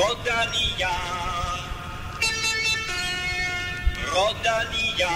Rodalia, Rodalia.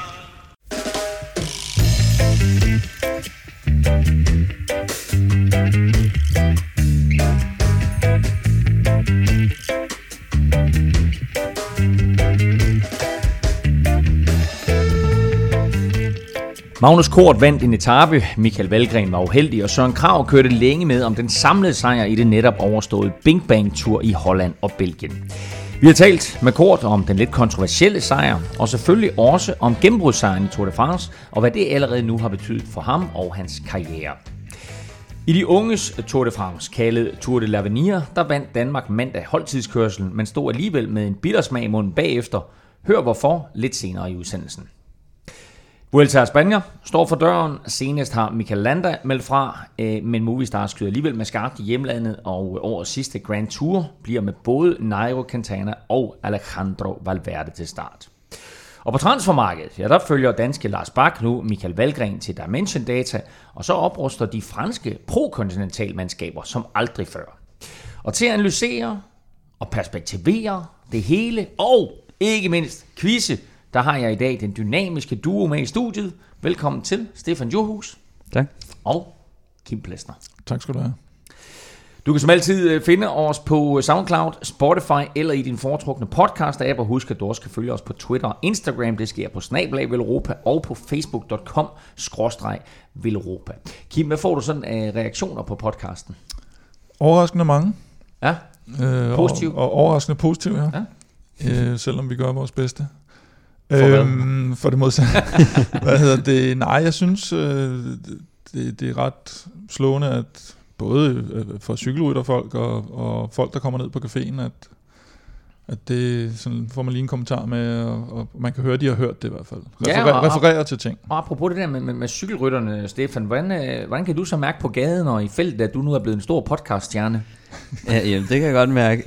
Magnus Kort vandt en etape, Michael Valgren var uheldig, og Søren Kragh kørte længe med om den samlede sejr i det netop overståede Bing Bang Tour i Holland og Belgien. Vi har talt med Kort om den lidt kontroversielle sejr, og selvfølgelig også om gennembrudssejren i Tour de France, og hvad det allerede nu har betydet for ham og hans karriere. I de unges Tour de France, kaldet Tour de l'Avenir, der vandt Danmark mandag holdtidskørselen, men stod alligevel med en bittersmag i munden bagefter. Hør hvorfor lidt senere i udsendelsen. Vuelta a España står for døren. Senest har Mikel Landa meldt fra, men Movistar skyder alligevel med skarpt i hjemlandet, og årets sidste Grand Tour bliver med både Nairo Quintana og Alejandro Valverde til start. Og på transfermarkedet, der følger danske Lars Bak nu Michael Valgren til Dimension Data, og så opruster de franske pro-kontinentalmandskaber som aldrig før. Og til at analysere og perspektivere det hele, og ikke mindst quizze, der har jeg i dag den dynamiske duo med i studiet. Velkommen til Stefan Johus. Tak. Og Kim Plesner. Tak skal du have. Du kan som altid finde os på SoundCloud, Spotify eller i din foretrukne podcast-app, og husk at du også kan følge os på Twitter og Instagram. Det sker på @Velropa og på facebook.com/Velropa. Kim, hvad får du sådan af reaktioner på podcasten? Overraskende mange. Ja, positiv. Og overraskende positiv, ja. Selvom vi gør vores bedste. For det modsatte. Hvad hedder det? Nej, jeg synes, det er ret slående, at både for cykelrytterfolk og folk, der kommer ned på caféen, at det sådan, får man lige en kommentar med, og man kan høre, at de har hørt det i hvert fald. Refererer til ting. Og apropos det der med cykelrytterne, Stefan, hvordan kan du så mærke på gaden og i feltet, at du nu er blevet en stor podcaststjerne? Jamen, det kan jeg godt mærke.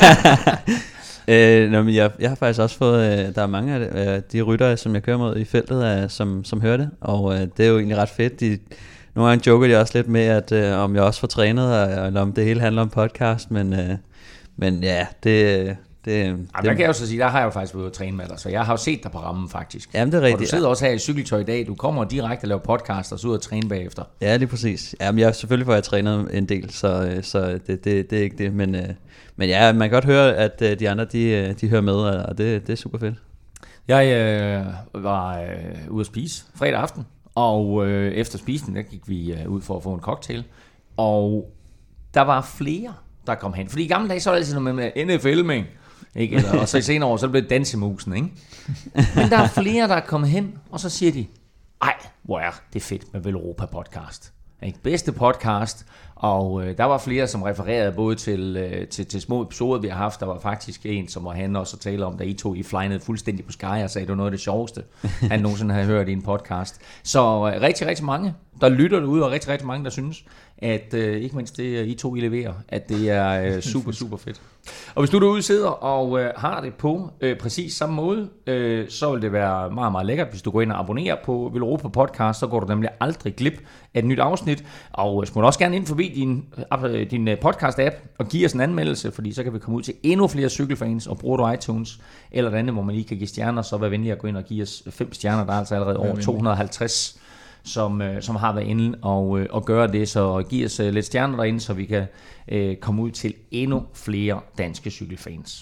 Men jeg har faktisk også fået, der er mange af de ryttere, som jeg kører mod i feltet, som hører det, og det er jo egentlig ret fedt. Nogle gange joker de også lidt med, at om jeg også får trænet, eller om det hele handler om podcast, men ja, der kan jeg jo så sige, der har jeg jo faktisk været ude at træne med dig, så jeg har jo set dig på rammen faktisk. Jamen, det er rigtigt. Og du sidder også her i cykeltøj i dag, du kommer direkte og laver podcast, og så ud og træne bagefter. Ja, det er præcis. Jamen, selvfølgelig får jeg trænet en del, så det er ikke det, men ja, man kan godt høre, at de andre, de hører med, og det er super fedt. Jeg var ude at spise fredag aften, og efter spisningen, der gik vi ud for at få en cocktail, og der var flere, der kom hen. Fordi i gamle dage, så var det altid noget med NFL-mæng, ikke? Og så i senere år, så blev det dansemusen, ikke? Men der er flere, der er kommet hen, og så siger de, ej, hvor er det fedt med Velropa podcast. Ikke? Bedste podcast, og der var flere, som refererede både til små episoder, vi har haft. Der var faktisk en, som var han også tale om, da I flynede fuldstændig på Sky og sagde, det var noget af det sjoveste, han nogensinde havde hørt i en podcast. Så rigtig, rigtig mange, der lytter derude, og rigtig, rigtig mange, der synes, at ikke mindst det, I leverer, at det er super, super fedt. Og hvis du derude sidder og har det på præcis samme måde, så vil det være meget, meget lækkert, hvis du går ind og abonnerer på Velropa Podcast, så går du nemlig aldrig glip af et nyt afsnit, og smut også gerne ind forbi din podcast-app og give os en anmeldelse, fordi så kan vi komme ud til endnu flere cykelfans, og bruger du iTunes eller det andet, hvor man lige kan give stjerner, så vær venlig at gå ind og give os 5 stjerner, der er altså allerede over 250, som har været inde og gøre det, så giv os lidt stjerner derinde, så vi kan komme ud til endnu flere danske cykelfans.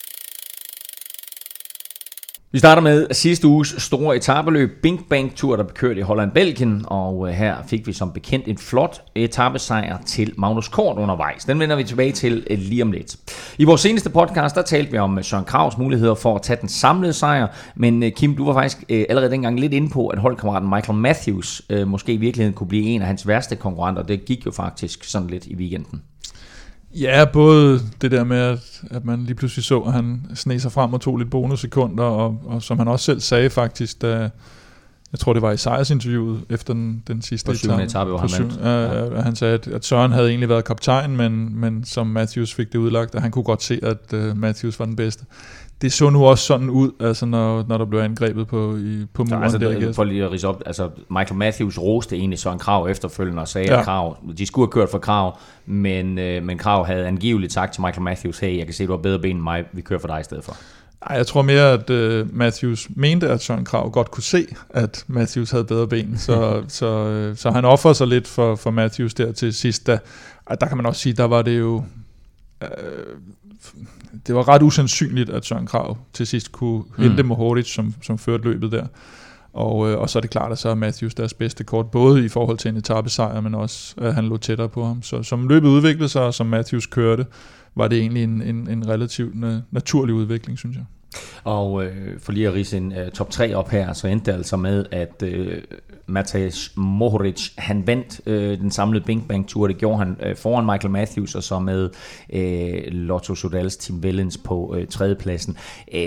Vi starter med sidste uges store etapeløb, Bing Bang Tour, der blev kørt i Holland-Belgien, og her fik vi som bekendt en flot etapesejr til Magnus Kort undervejs. Den vender vi tilbage til lige om lidt. I vores seneste podcast, der talte vi om Søren Kraghs muligheder for at tage den samlede sejr, men Kim, du var faktisk allerede dengang lidt inde på, at holdkammeraten Michael Matthews måske i virkeligheden kunne blive en af hans værste konkurrenter. Det gik jo faktisk sådan lidt i weekenden. Ja, både det der med, at man lige pludselig så, at han sneg sig frem og tog lidt bonussekunder, og som han også selv sagde faktisk, da jeg tror det var i sejrsinterviewet efter den sidste etape, hvor han vandt. Han sagde, at Søren havde egentlig været kaptajn, men som Matthews fik det udlagt, at han kunne godt se, at Matthews var den bedste. Det så nu også sådan ud, altså når der blev angrebet på muren. Altså, for lige at ridse op, altså Michael Matthews roste egentlig Søren Kragh efterfølgende og sagde, at Kragh, de skulle have kørt for Kragh, men Kragh havde angiveligt sagt til Michael Matthews, hey, jeg kan se, du har bedre ben end mig, vi kører for dig i stedet for. Nej, jeg tror mere, at Matthews mente, at Søren Kragh godt kunne se, at Matthews havde bedre ben, så han offrede sig lidt for Matthews der til sidst. Der kan man også sige, der var det jo... det var ret usandsynligt, at Søren Kragh til sidst kunne hente Mohoric, som førte løbet der. Og så er det klart, at så er Matthews deres bedste kort, både i forhold til en etapesejr, men også, at han lå tættere på ham. Så som løbet udviklede sig, og som Matthews kørte, var det egentlig en relativt naturlig udvikling, synes jeg. Og for lige at ridse en top 3 op her, så endte det altså med, at Matej Mohoric, han vandt den samlede Bing Bang Tour. Det gjorde han foran Michael Matthews, og så med Lotto Soudals Tim Wellens på tredjepladsen.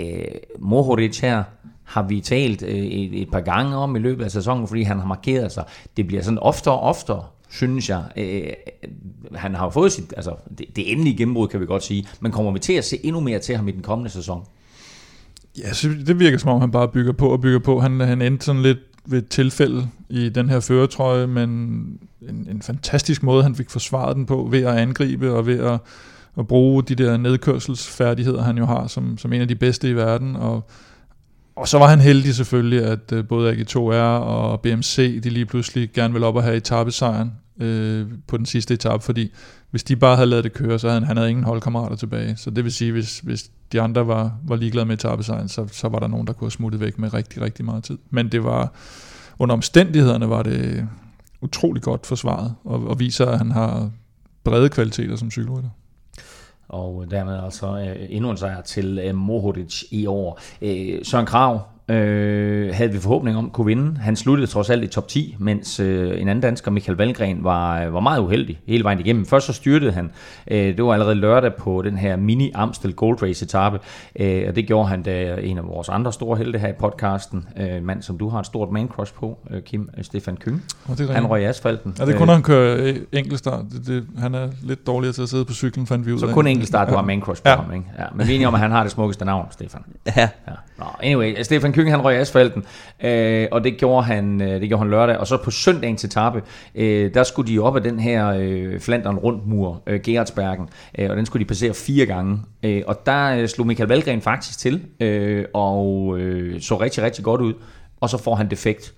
Mohoric her har vi talt et par gange om i løbet af sæsonen, fordi han har markeret sig. Det bliver sådan oftere og oftere, synes jeg. Han har jo fået sit, altså det endelige gennembrud, kan vi godt sige, men kommer vi til at se endnu mere til ham i den kommende sæson? Ja, så det virker som om, han bare bygger på. Han endte sådan lidt ved et tilfælde i den her førertrøje, men en fantastisk måde, han fik forsvaret den på, ved at angribe og ved at bruge de der nedkørselsfærdigheder, han jo har, som en af de bedste i verden. Og så var han heldig selvfølgelig, at både AG2R og BMC, de lige pludselig gerne ville op og have etapesejren på den sidste etape, fordi hvis de bare havde ladet det køre, så han havde ingen holdkammerater tilbage. Så det vil sige, hvis de andre var ligeglade med etapesejren, så var der nogen, der kunne have smuttet væk med rigtig, rigtig meget tid. Men det var, under omstændighederne var det utrolig godt forsvaret, og viser, at han har brede kvaliteter som cykelrytter. Og dermed altså endnu en sejr til Mohoric i år. Søren Kragh havde vi forhåbning om kunne vinde. Han sluttede trods alt i top 10, mens en anden dansker, Michael Valgren, var meget uheldig hele vejen igennem. Først så styrtede han. Det var allerede lørdag på den her mini Amstel Gold Race etape, og det gjorde han, da en af vores andre store helte her i podcasten, en mand, som du har et stort man-crush på, Kim, Stefan Küng. Han røg i asfalten. Ja, det er kun, når han kører enkeltstart. Han er lidt dårligere til at sidde på cyklen, fandt vi ud af. Så kun enkeltstart, du har man-crush på ham, ikke? Ja, men vi er enige om, at han har det smukkeste navn, Stefan. Ja. Nå, anyway, Stefan Küng, han røg i asfalten, og det gjorde han lørdag, og så på søndagens etape, der skulle de op af den her Flandern rundmur, Gerardsbergen, og den skulle de passere 4 gange, og der slog Michael Valgren faktisk til, og så rigtig, rigtig godt ud, og så får han defekt,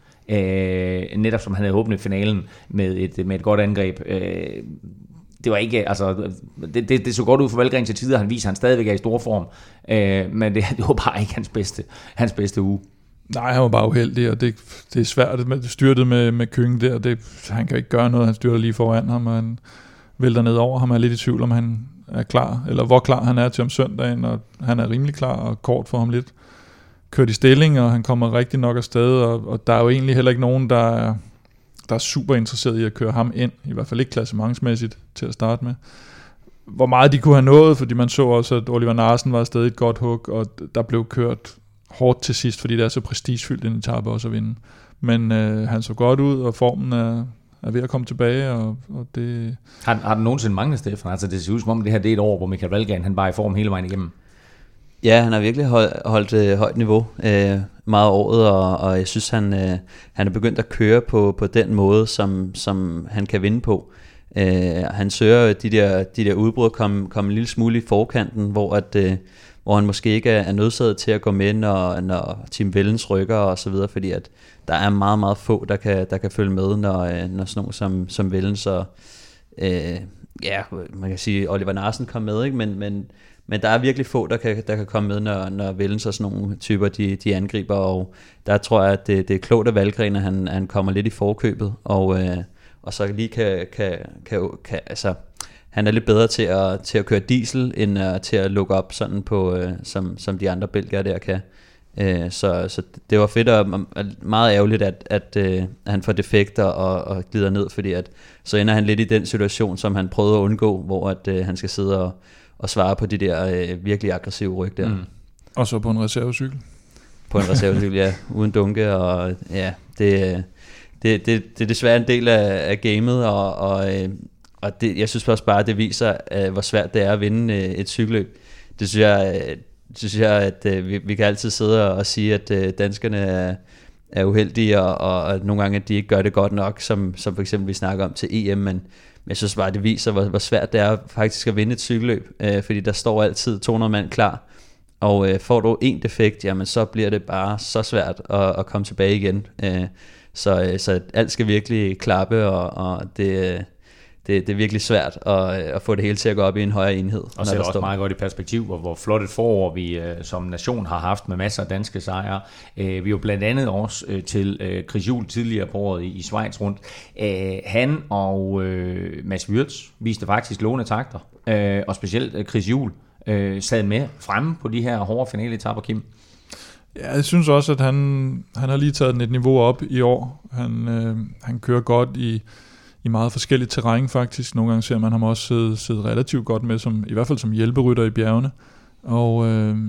netop som han havde håbet i finalen med et godt angreb. Det var ikke, altså, det så godt ud for Valgren til tider, han viser, at han stadigvæk er i stor form, men det var bare ikke hans bedste uge. Nej, han var bare uheldig, og det er svært, det styrtet med Küng der, han kan ikke gøre noget, han styrter lige foran ham, og han vælter ned over ham, er lidt i tvivl, om han er klar, eller hvor klar han er til om søndagen, og han er rimelig klar, og kort for ham lidt kørt i stilling, og han kommer rigtig nok afsted, og der er jo egentlig heller ikke nogen, der er super interesseret i at køre ham ind, i hvert fald ikke klassementsmæssigt til at starte med. Hvor meget de kunne have nået, fordi man så også, at Oliver Narsen var stadig et godt hug, og der blev kørt hårdt til sidst, fordi det er så prestigefyldt en etape også at vinde. Men han så godt ud, og formen er ved at komme tilbage, og det... Har den nogensinde manglet, Stefan? Altså det ser ud som om det her det er et år, hvor Michael Valgren, han bare er i form hele vejen igennem. Ja, han har virkelig holdt højt niveau meget året, og jeg synes, han er begyndt at køre på den måde, som han kan vinde på. Han søger de der udbrud komme en lille smule i forkanten, hvor han måske ikke er nødsaget til at gå med, når Tim Wellens rykker og så videre, fordi at der er meget, meget få, der kan følge med, når sådan nogen som Wellens og man kan sige, Oliver Narsen kommer med, ikke? Men der er virkelig få, der kan komme med, når Wellens og sådan nogle typer, de angriber, og der tror jeg, at det er klogt af Valgren, at han kommer lidt i forkøbet, og så lige kan altså, han er lidt bedre til at køre diesel, end til at lukke op sådan på, som de andre belgier der kan. Så det var fedt og meget ærgerligt, at han får defekter og glider ned, fordi at så ender han lidt i den situation, som han prøvede at undgå, hvor at han skal sidde og svare på de der virkelig aggressive ryg der. Og så på en reservecykel. På en reservecykel, ja, uden dunke, og ja, det er desværre en del af gamet, og det, jeg synes også bare, at det viser, hvor svært det er at vinde et cykelløb. Det synes jeg, at vi kan altid sidde og sige, at danskerne er uheldige, og at nogle gange, at de ikke gør det godt nok, som for eksempel vi snakker om til EM, men jeg synes bare, det viser, hvor svært det er faktisk at vinde et cykelløb, fordi der står altid 200 mand klar, og får du en defekt, jamen så bliver det bare så svært at komme tilbage igen. Så alt skal virkelig klappe, og det er virkelig svært at få det hele til at gå op i en højere enhed. Og så er det også meget godt i perspektiv, hvor flot et forår vi som nation har haft med masser af danske sejre. Vi er jo blandt andet også til Chris Juhl tidligere på året i Schweiz rundt. Han og Mads Wirtz viste faktisk lovende takter, og specielt Chris Juhl sad med fremme på de her hårde finaleetapper, Kim. Ja, jeg synes også, at han har lige taget den et niveau op i år. Han kører godt i meget forskelligt terræn faktisk. Nogle gange ser man ham også sidde relativt godt med, i hvert fald som hjælperytter i bjergene. Og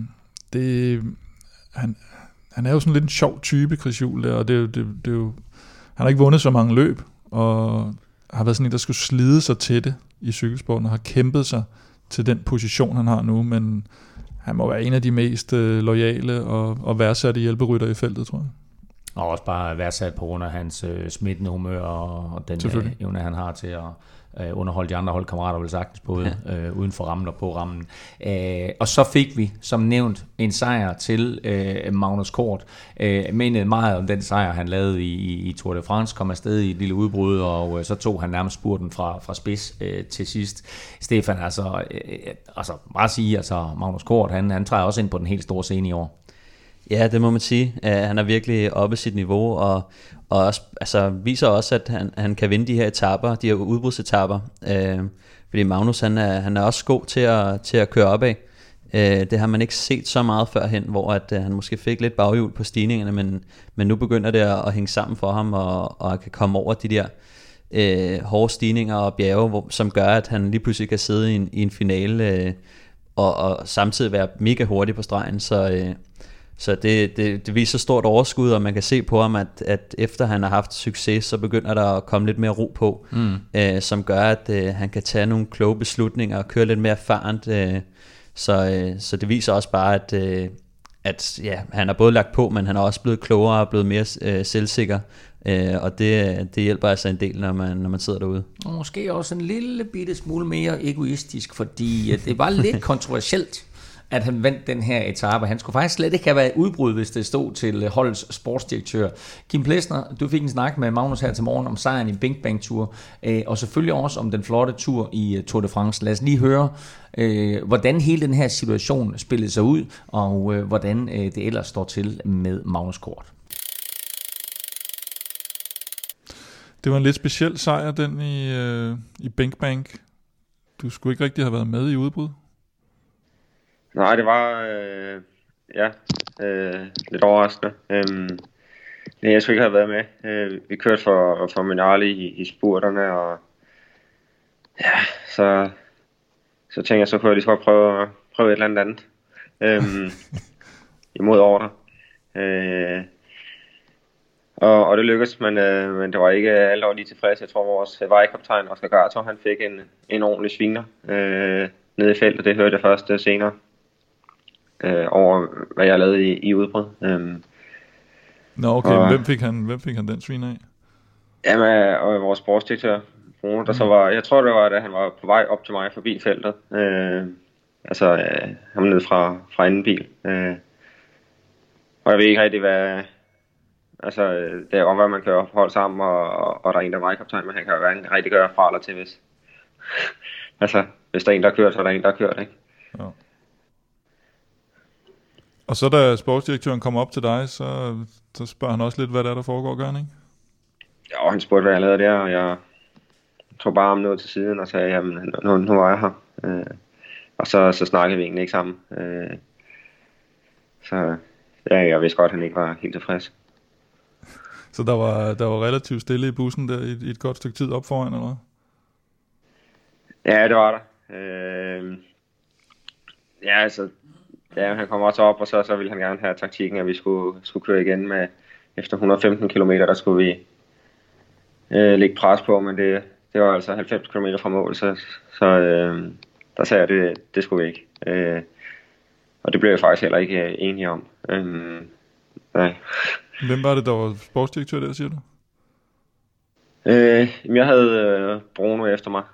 han er jo sådan lidt en sjov type, Chris Juhl, og det er jo, han har ikke vundet så mange løb, og har været sådan en, der skulle slide sig til det i cykelsporten, og har kæmpet sig til den position, han har nu, men han må være en af de mest loyale og værdsatte hjælperytter i feltet, tror jeg. Og også bare værdsat på grund af hans smittende humør og den evne, han har til at underholde de andre holdkammerater, vel sagtens både uden for rammen og på rammen. Og så fik vi, som nævnt, en sejr til Magnus Kort. Mindede meget om den sejr, han lavede i Tour de France, kom afsted i et lille udbrud, og så tog han nærmest spurten fra spids til sidst. Stefan, altså bare sige, Magnus Kort, han træder også ind på den helt store scene i år. Ja, det må man sige. Han er virkelig oppe sit niveau, og også, viser også, at han kan vinde de her etaper, de her udbrudsetapper. Fordi Magnus, han er også god til at køre opad. Det har man ikke set så meget førhen, hvor han måske fik lidt baghjul på stigningerne, men nu begynder det at hænge sammen for ham, og kan komme over de der hårde stigninger og bjerge, som gør, at han lige pludselig kan sidde i en finale, og samtidig være mega hurtig på stregen. Så det viser stort overskud, og man kan se på ham, at efter han har haft succes, så begynder der at komme lidt mere ro på, som gør, at han kan tage nogle kloge beslutninger og køre lidt mere erfarent. Så det viser også bare, at han har både lagt på, men han er også blevet klogere og blevet mere selvsikker. Og det hjælper altså en del, når man sidder derude. Og måske også en lille bitte smule mere egoistisk, fordi det var lidt kontroversielt, at han vandt den her etape. Han skulle faktisk slet ikke have været udbrud, hvis det stod til holdets sportsdirektør. Kim Plesner, du fik en snak med Magnus her til morgen om sejren i Bing Bang Tour, og selvfølgelig også om den flotte tur i Tour de France. Lad os lige høre, hvordan hele den her situation spillede sig ud, og hvordan det ellers står til med Magnus Kort. Det var en lidt speciel sejr, den i Bing Bang. Du skulle ikke rigtig have været med i udbrud. Nej, det var lidt overraskende. Nej, jeg skulle ikke have været med. Vi kørte for Minardi i spurterne, og ja, så tænkte jeg, så kunne jeg lige så godt prøve et eller andet imod ordre. Og det lykkedes, men det var ikke alle, der var lige tilfredse. Jeg tror, vores vejkaptajn Oscar Gartor, han fik en ordentlig sviner nede i feltet. Det hørte jeg først senere. Over hvad jeg lavede i udbrud. Nå, okay. Hvem fik han den svin af? Jamen, og vores sportsdirektør, Bruno, der så var, jeg tror det var, da han var på vej op til mig forbi feltet. Ham nede fra anden bil. Og jeg ved ikke rigtig, hvad... Altså, det er godt, hvad man kan holde sammen, og der er en, der er vejkaptajn, men han kan jo hverken rigtig gøre fra eller til, hvis... hvis der er en, der kører, så er der en, der kører, ikke? Ja. Og så da sportsdirektøren kommer op til dig, så spørger han også lidt, hvad der foregår, gør han, ikke? Ja, han spurgte, hvad jeg lavede der, og jeg tog bare om noget til siden og sagde, jamen, nu var jeg her. Og så snakkede vi egentlig ikke sammen. Så ja, jeg vidste godt, at han ikke var helt tilfreds. Så der var relativt stille i bussen der i et godt stykke tid op foran, eller hvad? Ja, det var der. Ja, han kom også op, og så ville han gerne have taktikken, at vi skulle køre igen med efter 115 km, der skulle vi lægge pres på, men det var altså 90 km fra mål, så der sagde jeg, det skulle vi ikke. Og det blev jeg faktisk heller ikke enig om. Nej. Hvem var det, der var sportsdirektør der, siger du? Jeg havde Bruno efter mig.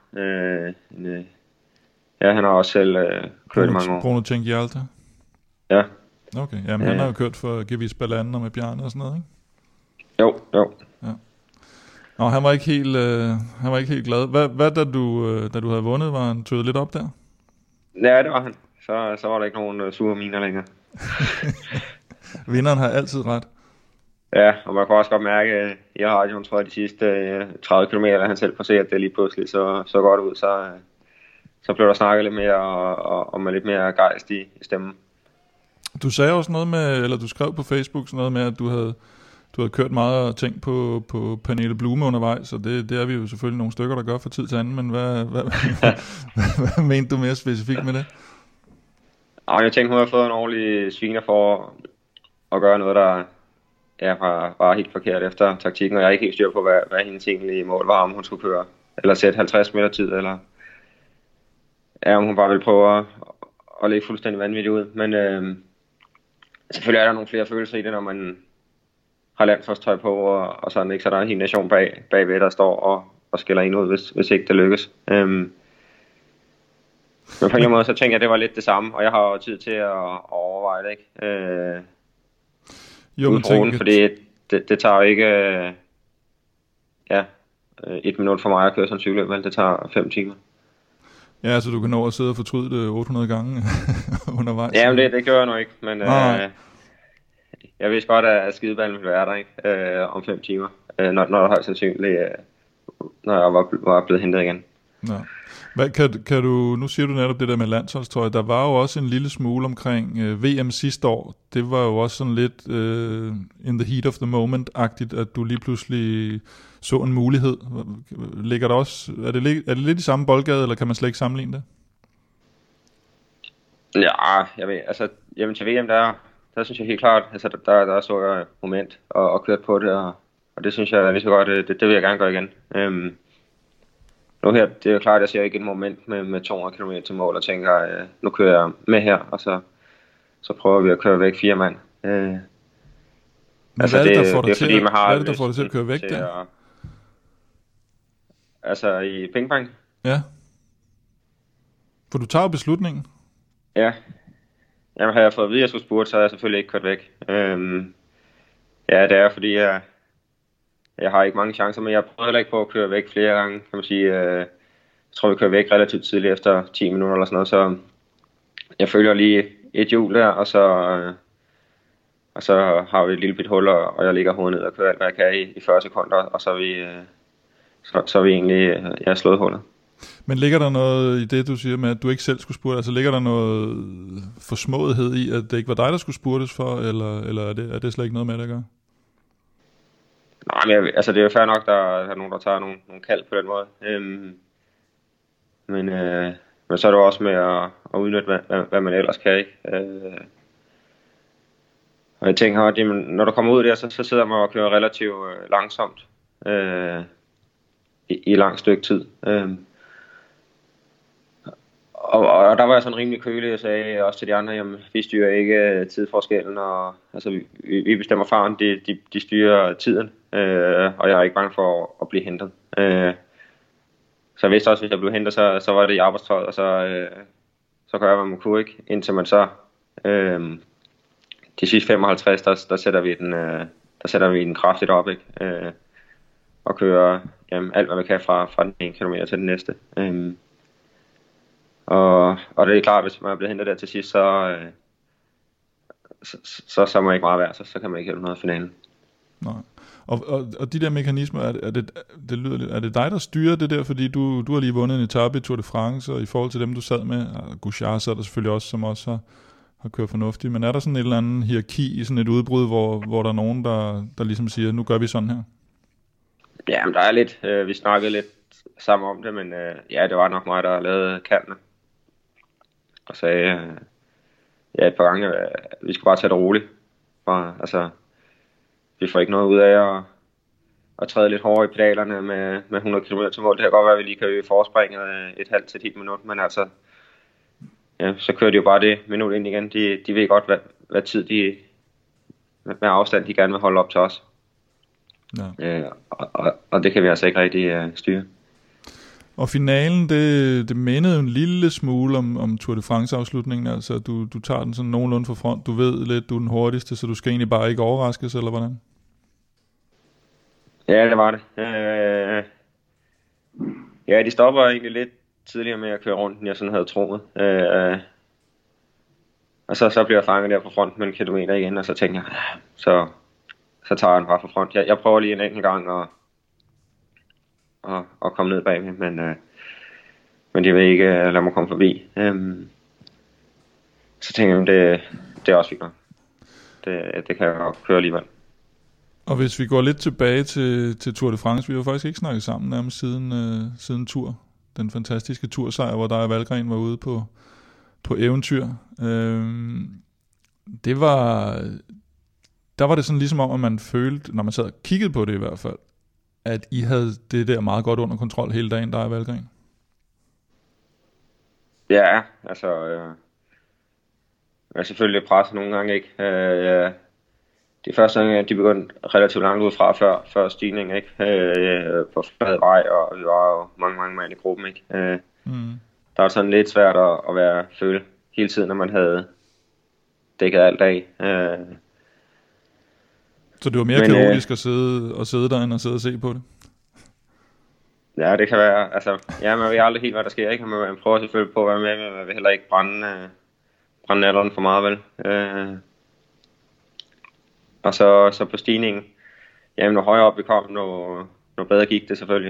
Han har også selv kørt i mange år. Bruno Tjengialta? Ja. Okay, jamen han har jo kørt for Gevis Balladen og med Bjarne og sådan noget, ikke? Jo. Ja. Nå, han var ikke helt glad. Hvad da du havde vundet, var han tøet lidt op der? Ja, det var han. Så var der ikke nogen sure miner længere. Vinderen har altid ret. Ja, og man kan også godt mærke i radioen, tror jeg, de sidste 30 km, da han selv kunne se, at det lige pludselig så godt ud, så blev der snakket lidt mere og med lidt mere gejst i stemmen. Du sagde også noget med, eller du skrev på Facebook sådan noget med, at du havde kørt meget og tænkt på Pernille Blume undervejs, og det er vi jo selvfølgelig nogle stykker, der gør fra tid til anden, men hvad mente du mere specifikt med det? Jeg tænkte, hun havde fået en ordentlig sviner for at gøre noget, der var helt forkert efter taktikken, og jeg er ikke helt styr på, hvad hendes egentlige mål var, om hun skulle køre, eller sætte 50 meter tid, eller om hun bare ville prøve at lægge fuldstændig vanvittigt ud. Men selvfølgelig er der nogle flere følelser i det, når man har landsholdstøj på, og sådan, ikke? Så der er en hel nation bagved, der står og skiller en ud, hvis ikke det lykkes. Men på en eller anden måde, så tænker jeg, at det var lidt det samme, og jeg har jo tid til at overveje det, ikke? Jo, men tænker... Fordi det tager jo ikke 1 minut for mig at køre sådan en cykelløb, men det tager 5 timer. Ja, så du kan nå at sidde og fortryde det 800 gange undervejs. Ja, men det gør jeg nu ikke, men jeg vidste godt, at skideballen ville være der, ikke? Om 5 timer, når der højst sandsynligt, når jeg var blevet hentet igen. Ja. Kan du, nu siger du netop det der med landsholdstøj, der var jo også en lille smule omkring VM sidste år. Det var jo også sådan lidt in the heat of the moment-agtigt, at du lige pludselig så en mulighed. Ligger der også, er det lidt i samme boldgade, eller kan man slet ikke sammenligne det? Ja, jeg ved, altså, jamen til VM, der synes jeg helt klart, altså der så jeg moment og kørt på det, og det synes jeg lige så godt, det vil jeg gerne gøre igen. Nu her, det er jo klart, at jeg ser ikke et moment med 200 km til mål og tænker, nu kører jeg med her, og så prøver vi at køre væk 4 mand. Men altså, hvad er det, der får dig til at køre væk der? Altså i pingpong? Ja. For du tager beslutningen? Ja. Jamen har jeg fået at vide, at jeg skulle spurte, så har jeg selvfølgelig ikke kørt væk. Ja, det er fordi, jeg har ikke mange chancer, men jeg prøver heller ikke på at køre væk flere gange, kan man sige. Jeg tror, vi kører væk relativt tidligt efter 10 minutter eller sådan noget, så jeg følger lige et hjul der, og så har vi et lille bit hul, og jeg ligger hovedet ned og kører alt, hvad jeg kan i 40 sekunder, og så er vi egentlig slået hullet. Men ligger der noget i det, du siger med, at du ikke selv skulle spurte? Altså ligger der noget forsmåethed i, at det ikke var dig, der skulle spurtes for, eller er det slet ikke noget med det at gøre? Nej, men altså det er jo fair nok, der er nogen, der tager nogle kald på den måde. Men så er det også med at udnytte, hvad man ellers kan, ikke? Og jeg tænker, at når du kommer ud der, så sidder man og kører relativt langsomt i et langt stykke tid. Og der var jeg sådan rimelig kølig, og sagde også til de andre, jamen vi styrer ikke tidsforskellen, og altså vi bestemmer faren, de styrer tiden, og jeg er ikke bange for at blive hentet. Så jeg vidste også, hvis jeg blev hentet, så var det i arbejdstøjet, og så gør jeg, hvad man kunne, ikke? Indtil man så, de sidste 55, der sætter vi den kraftigt op, ikke? Og kører alt, hvad vi kan fra den ene kilometer til den næste. Og det er klart, hvis man er blevet hentet der til sidst, så er man ikke meget værd, så kan man ikke hjælpe noget af finalen. Nej. Og de der mekanismer, er det dig, der styrer det der, fordi du har lige vundet en etape i Tour de France, og i forhold til dem, du sad med, Gouchard sad der selvfølgelig også, som også har kørt fornuftigt, men er der sådan et eller andet hierarki i sådan et udbrud, hvor der er nogen, der ligesom siger, nu gør vi sådan her? Ja, men der er lidt, vi snakkede lidt sammen om det, men det var nok mig, der lavede kaldene. Og sagde et par gange, vi skal bare tage det roligt. vi får ikke noget ud af at træde lidt hårdere i pedalerne med 100 km til mål. Det kan godt være, at vi lige kan øge forspringet et halvt til 10 minut, men altså, ja, så kører de jo bare det minut ind igen. De ved godt, hvad tid hvad afstand de gerne vil holde op til os. Ja. Og det kan vi altså ikke rigtig styre. Og finalen, det mindede jo en lille smule om Tour de France-afslutningen. Altså, du tager den sådan nogenlunde for front. Du ved lidt, du er den hurtigste, så du skal egentlig bare ikke overraskes, eller hvordan? Ja, det var det. Ja, de stopper egentlig lidt tidligere med at køre rundt, end jeg sådan havde troet. Og så bliver jeg fanget der på front med en kilometer igen, og så tænker jeg, så tager jeg den bare for front. Jeg prøver lige en enkelt gang og komme ned bagved, men de vil ikke lade mig komme forbi. Så tænker jeg, det er også fint nok. Det kan jeg godt køre alligevel. Og hvis vi går lidt tilbage til Tour de France, vi har faktisk ikke snakket sammen nærmest siden Tour. Den fantastiske tursejr, hvor der Valgren var ude på eventyr. Der var det sådan ligesom om, at man følte, når man sad og kiggede på det i hvert fald, at I havde det der meget godt under kontrol hele dagen, der Valgren. Ja, altså jeg er selvfølgelig presset nogle gange, ikke? De første gange, de begyndte relativt langt ud fra før stigningen, ikke? På flad vej, og vi var jo mange mand i gruppen, ikke? Der var sådan lidt svært at føle hele tiden, når man havde dækket alt af. Så det var mere kaotisk at sidde der, end at sidde og se på det? Ja, det kan være. Altså, ja, man ved aldrig helt, hvad der sker, ikke? Man prøver selvfølgelig på at være med, men man vil heller ikke brænde alderen for meget, vel? Og så på stigningen, jamen, når højere op vi kom, når bedre gik det selvfølgelig.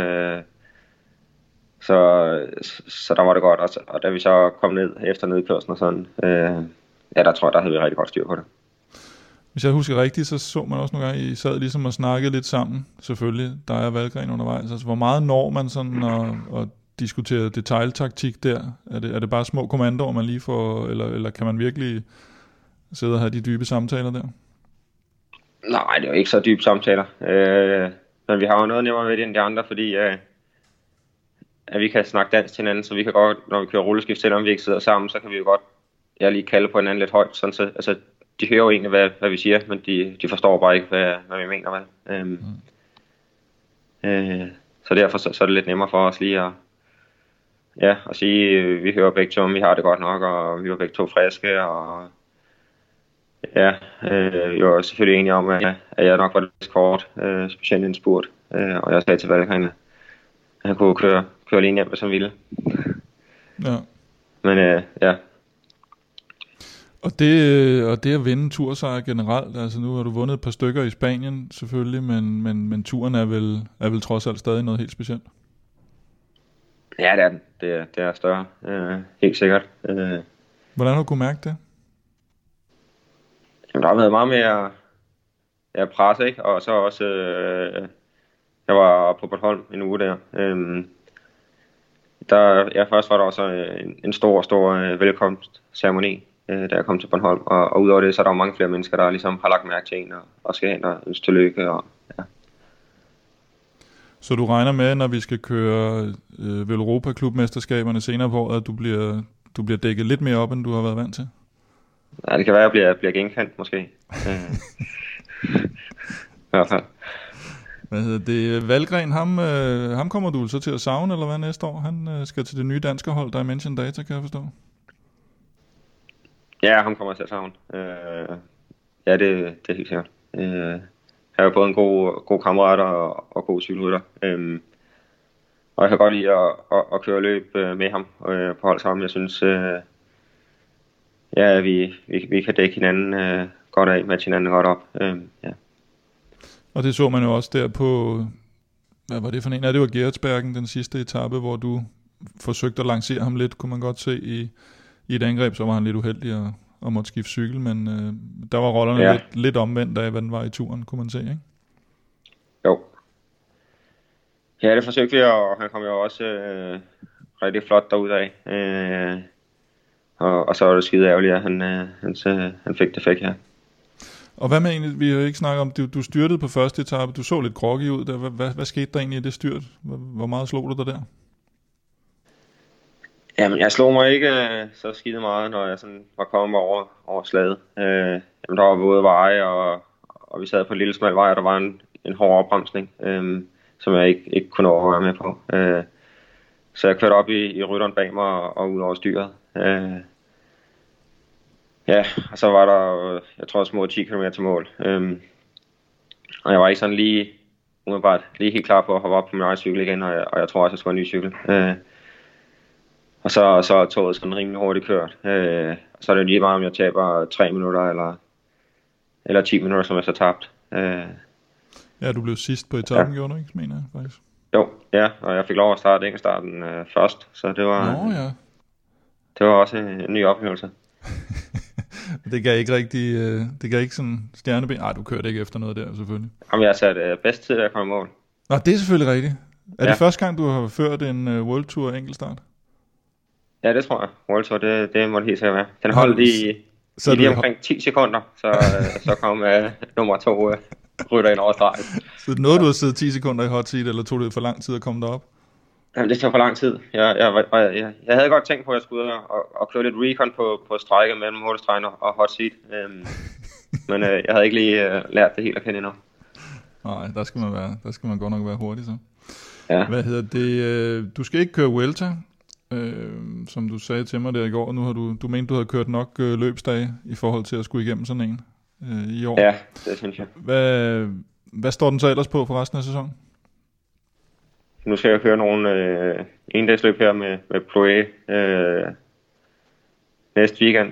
Så der var det godt, og da vi så kom ned efter nedkørslen og sådan, ja, der tror jeg, der havde vi rigtig godt styr på det. Hvis jeg husker rigtigt, så man også nogle gange, I sad ligesom og snakkede lidt sammen, selvfølgelig, der er Valgren undervejs. Altså, hvor meget når man sådan og diskutere detailtaktik der? Er det bare små kommandoer, man lige får, eller kan man virkelig sidde og have de dybe samtaler der? Nej, det er jo ikke så dybe samtaler. Men vi har jo noget nemmere ved det end de andre, fordi at vi kan snakke dansk til hinanden, så vi kan godt, når vi kører rulleskift, selvom vi ikke sidder sammen, så kan vi jo godt lige kalde på hinanden lidt højt. Sådan så, altså, de hører jo egentlig, hvad vi siger, men de forstår bare ikke, hvad vi mener. Så derfor så er det lidt nemmere for os lige at sige, vi hører begge to, om vi har det godt nok, og vi er begge to friske, og ja, vi var selvfølgelig enige om, at jeg nok var lidt kort, specielt en spurt, og jeg sagde til Valgren, at han kunne køre alene hjem, hvis han ville. Ja. Men ja. Og det at vinde tursejr generelt, altså nu har du vundet et par stykker i Spanien selvfølgelig, men turen er vel trods alt stadig noget helt specielt. Ja, det er den. Det er større, helt sikkert. Hvordan har du kunne mærke det? Jamen, der har været meget mere pres, ikke? Og så også, jeg var på Bornholm en uge der. Først var der også en stor velkomstceremoni, da jeg kom til Bornholm. Og udover det, så er der jo mange flere mennesker, der ligesom har lagt mærke til en og skal hen og ønske tillykke. Og, ja. Så du regner med, når vi skal køre Velropa Klubmesterskaberne senere på året, at du bliver dækket lidt mere op, end du har været vant til? Ja, det kan være, at jeg bliver genkendt, måske. I hvert fald. Hvad hedder det? Valgren, ham kommer du så til at savne, eller hvad næste år? Han skal til det nye danske hold, Dimension Data, kan jeg forstå. Ja, ham kommer jeg til at savne. Ja, det er helt sikkert. Han er jo både en god kammerat og god cykelrytter. Og jeg kan godt lide at køre løb med ham på hold sammen. Jeg synes, ja, vi kan dække hinanden godt af, matche hinanden godt op. Ja. Og det så man jo også der på, hvad var det for en? Ja, det var Geretsbergen, den sidste etape, hvor du forsøgte at lancere ham lidt, kunne man godt se i et angreb, så var han lidt uheldig og måtte skifte cykel, men der var rollerne lidt omvendt af, hvad den var i turen, kunne man se, ikke? Jo. Ja, det forsøgte vi, og han kom jo også rigtig flot derudad. Og så var det skide ærgerligt, at han fik det fik her. Og hvad med egentlig, vi har ikke snakket om, du styrtede på første etape, du så lidt groggy ud der. Hvad skete der egentlig i det styrt? Hvor meget slog du dig der? Jamen, jeg slog mig ikke så skidt meget, når jeg sådan var kommet over slaget. Jamen, der var både veje, og vi sad på et lille smal vej, og der var en hård opbremsning, som jeg ikke kunne nå at være med på. Så jeg kørte op i rytteren bag mig og ud over styret. Ja, og så var der, jeg tror, små 10 km til mål. Og jeg var ikke sådan lige helt klar på at hoppe op på min egen cykel igen, og jeg tror også, jeg skulle have en ny cykel. Og så er toget sådan rimelig hurtigt kørt. Så er det lige meget, om jeg taber 3 minutter eller 10 minutter, som jeg så tabt. Ja, du blev sidst på etappen, gjorde du ikke, mener jeg faktisk? Jo, ja, og jeg fik lov at starte enkeltstarten først, så det var, det var også en ny oplevelse. Det gav ikke sådan stjerneben. Nej, du kørte ikke efter noget der, selvfølgelig. Jamen, jeg satte bedst tid, da jeg kom i mål. Nå, det er selvfølgelig rigtigt. Er det første gang, du har ført en World Tour enkeltstart? Ja, det tror jeg. World Tour, det må det helt sikkert være. Den holdt i lige omkring 10 sekunder, så kom nummer 2 rytter ind over stregen. Så det nåede du at sidde 10 sekunder i hot seat, eller tog det for lang tid at komme derop? Jamen, det tog for lang tid. Jeg havde godt tænkt på, at jeg skulle ud og køre lidt recon på strækket mellem målstregen og hot seat. Men jeg havde ikke lige lært det helt at kende endnu. Nej, der skal man godt nok være hurtig så. Ja. Hvad hedder det? Du skal ikke køre Vuelta, som du sagde til mig der i går. Nu har du mente, du havde kørt nok løbsdage i forhold til at skulle igennem sådan en i år. Ja, det synes jeg. Hvad står den så ellers på for resten af sæsonen? Nu skal jeg køre nogle endagsløb her med Ploé næste weekend.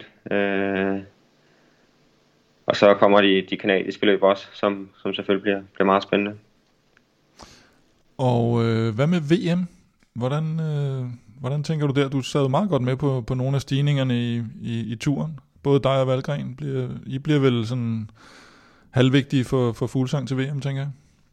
Og så kommer de kanadiske løb også, som selvfølgelig bliver meget spændende. Og hvad med VM? Hvordan tænker du der? Du sad meget godt med på nogle af stigningerne i turen. Både dig og Valgren. I bliver vel sådan halvvigtige for Fuglsang til VM, tænker jeg?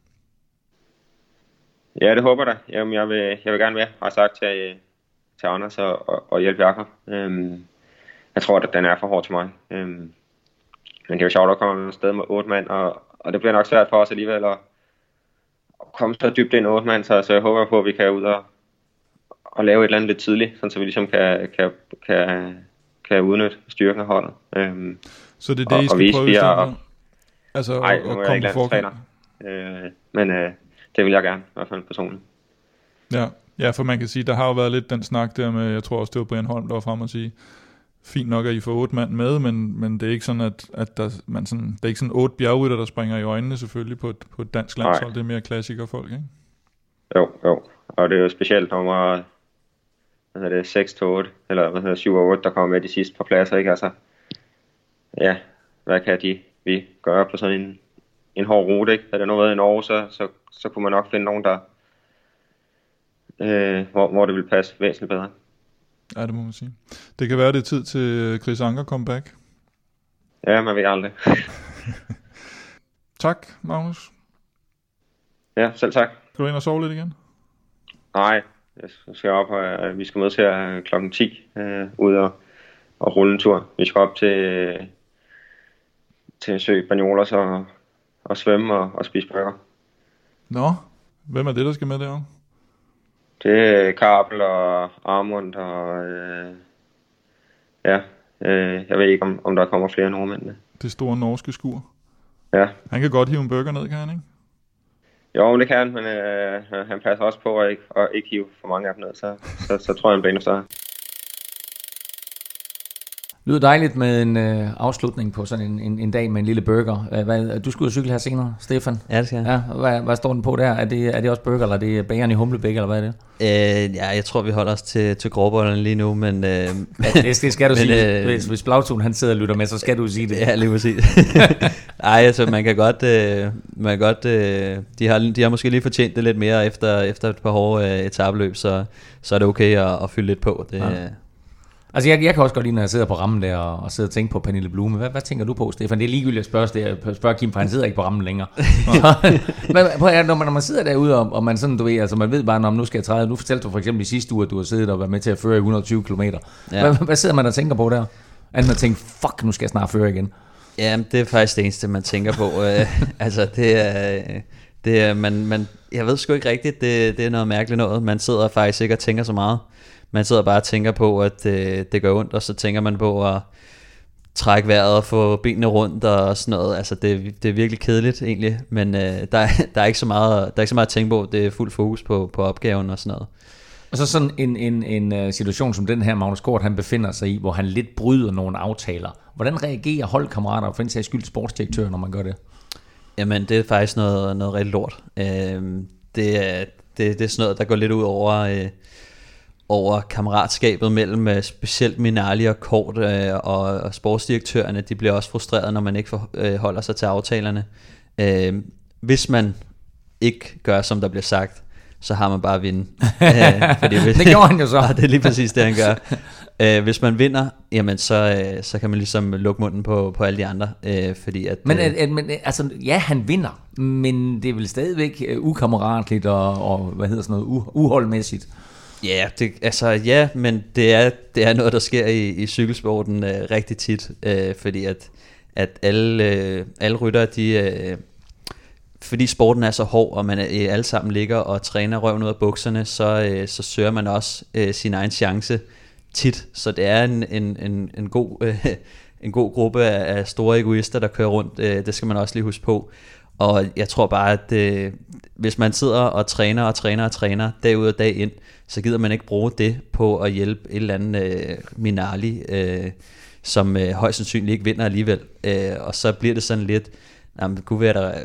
Ja, det håber jeg. Jamen, jeg vil gerne med, har sagt til Anders og hjælpe Jakob. Jeg tror, at den er for hård til mig. Men det er jo sjovt at komme afsted med 8 mand, og det bliver nok svært for os alligevel at komme så dybt ind 8 mand, så jeg håber på, at vi kan ud og lave et eller andet lidt tidligt, så vi ligesom kan udnytte styrken af holdet. Så det er det, I skal prøve i stedet for? Altså nej, at komme på forkant? Men det vil jeg gerne, i hvert fald personligt. Ja, for man kan sige, der har jo været lidt den snak der med, jeg tror også, det var Brian Holm, der var frem og sige, fint nok, at I får 8 mand med, men det er ikke sådan, at det er ikke sådan 8 bjergrytter, der springer i øjnene selvfølgelig på et dansk landshold. Det er mere klassikerfolk, ikke? Jo. Og det er jo specielt nummer 6-8, eller 7-8, der kommer med de sidste par pladser, ikke? Altså, ja, hvad kan vi gøre på sådan en hård rute, ikke? Er det noget i Norge, så kunne man nok finde nogen, der hvor det vil passe væsentligt bedre. Ja, det må man sige. Det kan være, det er tid til Chris Anker comeback. Ja, man ved aldrig. Tak, Magnus. Ja, selv tak. Skal du ind og sove lidt igen? Nej, jeg skal op, og vi skal mødes her klokken 10 ud og rulle en tur. Vi skal op til Sø Banyolas og svømme og spise burger. Nå, hvem er det, der skal med derovre? Det er Karpel og Armund og jeg ved ikke, om der kommer flere nordmænd med. Det store norske skur. Ja. Han kan godt hive en burger ned, kan han ikke? Jo, det kan han, men han passer også på at ikke hive for mange af dem ned, så tror jeg, han bliver endnu større. Det lyder dejligt med en afslutning på sådan en dag med en lille burger. Du skulle jo cykle her senere, Stefan. Ja, det skal jeg. Ja, hvad står den på der? Er det også burger, eller er det bageren i Humlebæk, eller hvad er det? Ja, jeg tror, vi holder os til gråbollerne lige nu, men... det skal du sige. Hvis Blautun han sidder og lytter med, så skal du sige det. Ja, lige præcis. Ej, altså man kan godt... de har måske lige fortjent det lidt mere efter et par hårde etapeløb, så er det okay at fylde lidt på. Det, ja. Altså jeg kan også godt lide, når jeg sidder på rammen der og sidder og tænker på Pernille Blume. Hvad tænker du på, Stefan? Det er ligegyldigt at spørge Kim, for han sidder ikke på rammen længere. Når man sidder derude, og man sådan, du ved, altså man ved bare, når nu skal jeg træde. Nu fortalte du for eksempel i sidste uge, at du har siddet og været med til at føre i 120 km. Ja. Hvad sidder man og tænker på der? Andet at tænke, fuck, nu skal jeg snart føre igen. Ja, det er faktisk det eneste, man tænker på. Altså, det er jeg ved sgu ikke rigtigt, det er noget mærkeligt noget. Man sidder faktisk ikke og tænker så meget. Man sidder bare og tænker på, at det gør ondt, og så tænker man på at trække vejret og få benene rundt og sådan noget. Altså, det er virkelig kedeligt egentlig, men der er ikke så meget at tænke på. Det er fuld fokus på opgaven og sådan noget. Og så sådan en situation som den her, Magnus Kort, han befinder sig i, hvor han lidt bryder nogle aftaler. Hvordan reagerer holdkammerater og for en sags skyld sportsdirektør, når man gør det? Jamen, det er faktisk noget rigtig lort. Det er sådan noget, der går lidt ud over kammeratskabet mellem specielt Minardi og Kort og sportsdirektørerne. De bliver også frustreret, når man ikke holder sig til aftalerne. Hvis man ikke gør, som der bliver sagt, så har man bare at vinde. Det gjorde han jo så. Det er lige præcis det, han gør. Hvis man vinder, jamen så kan man ligesom lukke munden på alle de andre. Fordi at, men altså, ja, han vinder, men det er vel stadigvæk ukammeratligt og hvad hedder sådan noget, uholdmæssigt. Ja, men det er noget, der sker i cykelsporten rigtig tit, fordi at alle ryttere, fordi sporten er så hård, og man alle sammen ligger og træner røven ud af bukserne, så søger man også sin egen chance tit. Så det er en god gruppe af store egoister, der kører rundt. Det skal man også lige huske på. Og jeg tror bare, at hvis man sidder og træner dag ud og dag ind, så gider man ikke bruge det på at hjælpe et eller andet Minardi, som højst sandsynligt ikke vinder alligevel. Og så bliver det sådan lidt, kunne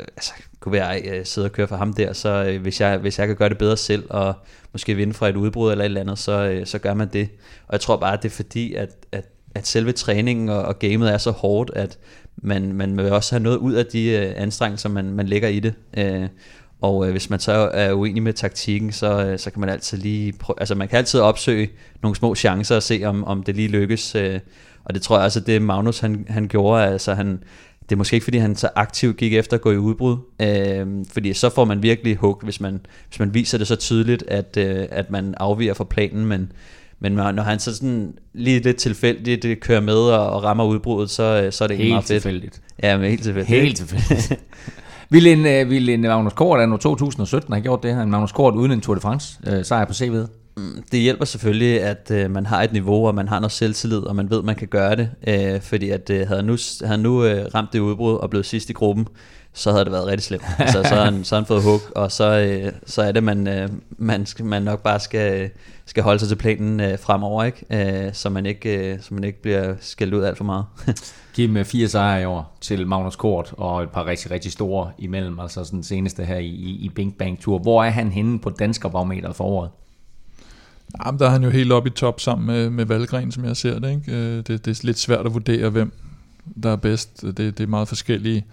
være sidde og køre for ham der, så hvis jeg kan gøre det bedre selv, og måske vinde fra et udbrud eller et eller andet, så gør man det. Og jeg tror bare, at det er fordi, at selve træningen og gamet er så hårdt, at man vil også have noget ud af de anstrengelser, man lægger i det. Og hvis man så er uenig med taktikken, så kan man altid lige man kan altid opsøge nogle små chancer og se, om det lige lykkes. Og det tror jeg også, at det Magnus han gjorde. Altså det er måske ikke, fordi han så aktivt gik efter at gå i udbrud, fordi så får man virkelig hug, hvis man viser det så tydeligt, at man afviger fra planen, men når han så sådan lige lidt tilfældigt kører med og rammer udbruddet, så er det ikke meget fedt. Tilfældigt. Ja, men helt tilfældigt. Helt tilfældigt. Ville en Magnus Kort af 2017 have gjort det her? En Magnus Kort uden en Tour de France sejr på CV'et? Det hjælper selvfølgelig, at man har et niveau, og man har noget selvtillid, og man ved, at man kan gøre det. Fordi at havde han nu ramt det udbrud og blevet sidst i gruppen, så havde det været rigtig slemt. Altså, så har han fået hug, og så er det, man nok bare skal holde sig til planen fremover, ikke? Så man ikke bliver skældt ud alt for meget. Giv med 4 sejre i år til Magnus Kort, og et par rigtig, rigtig store imellem, altså sådan seneste her i Bing Bang Tour. Hvor er han henne på danskerbarometeret for året? Jamen, der er han jo helt oppe i top sammen med Valgren, som jeg ser det, ikke? Det er lidt svært at vurdere, hvem der er bedst. Det er meget forskellige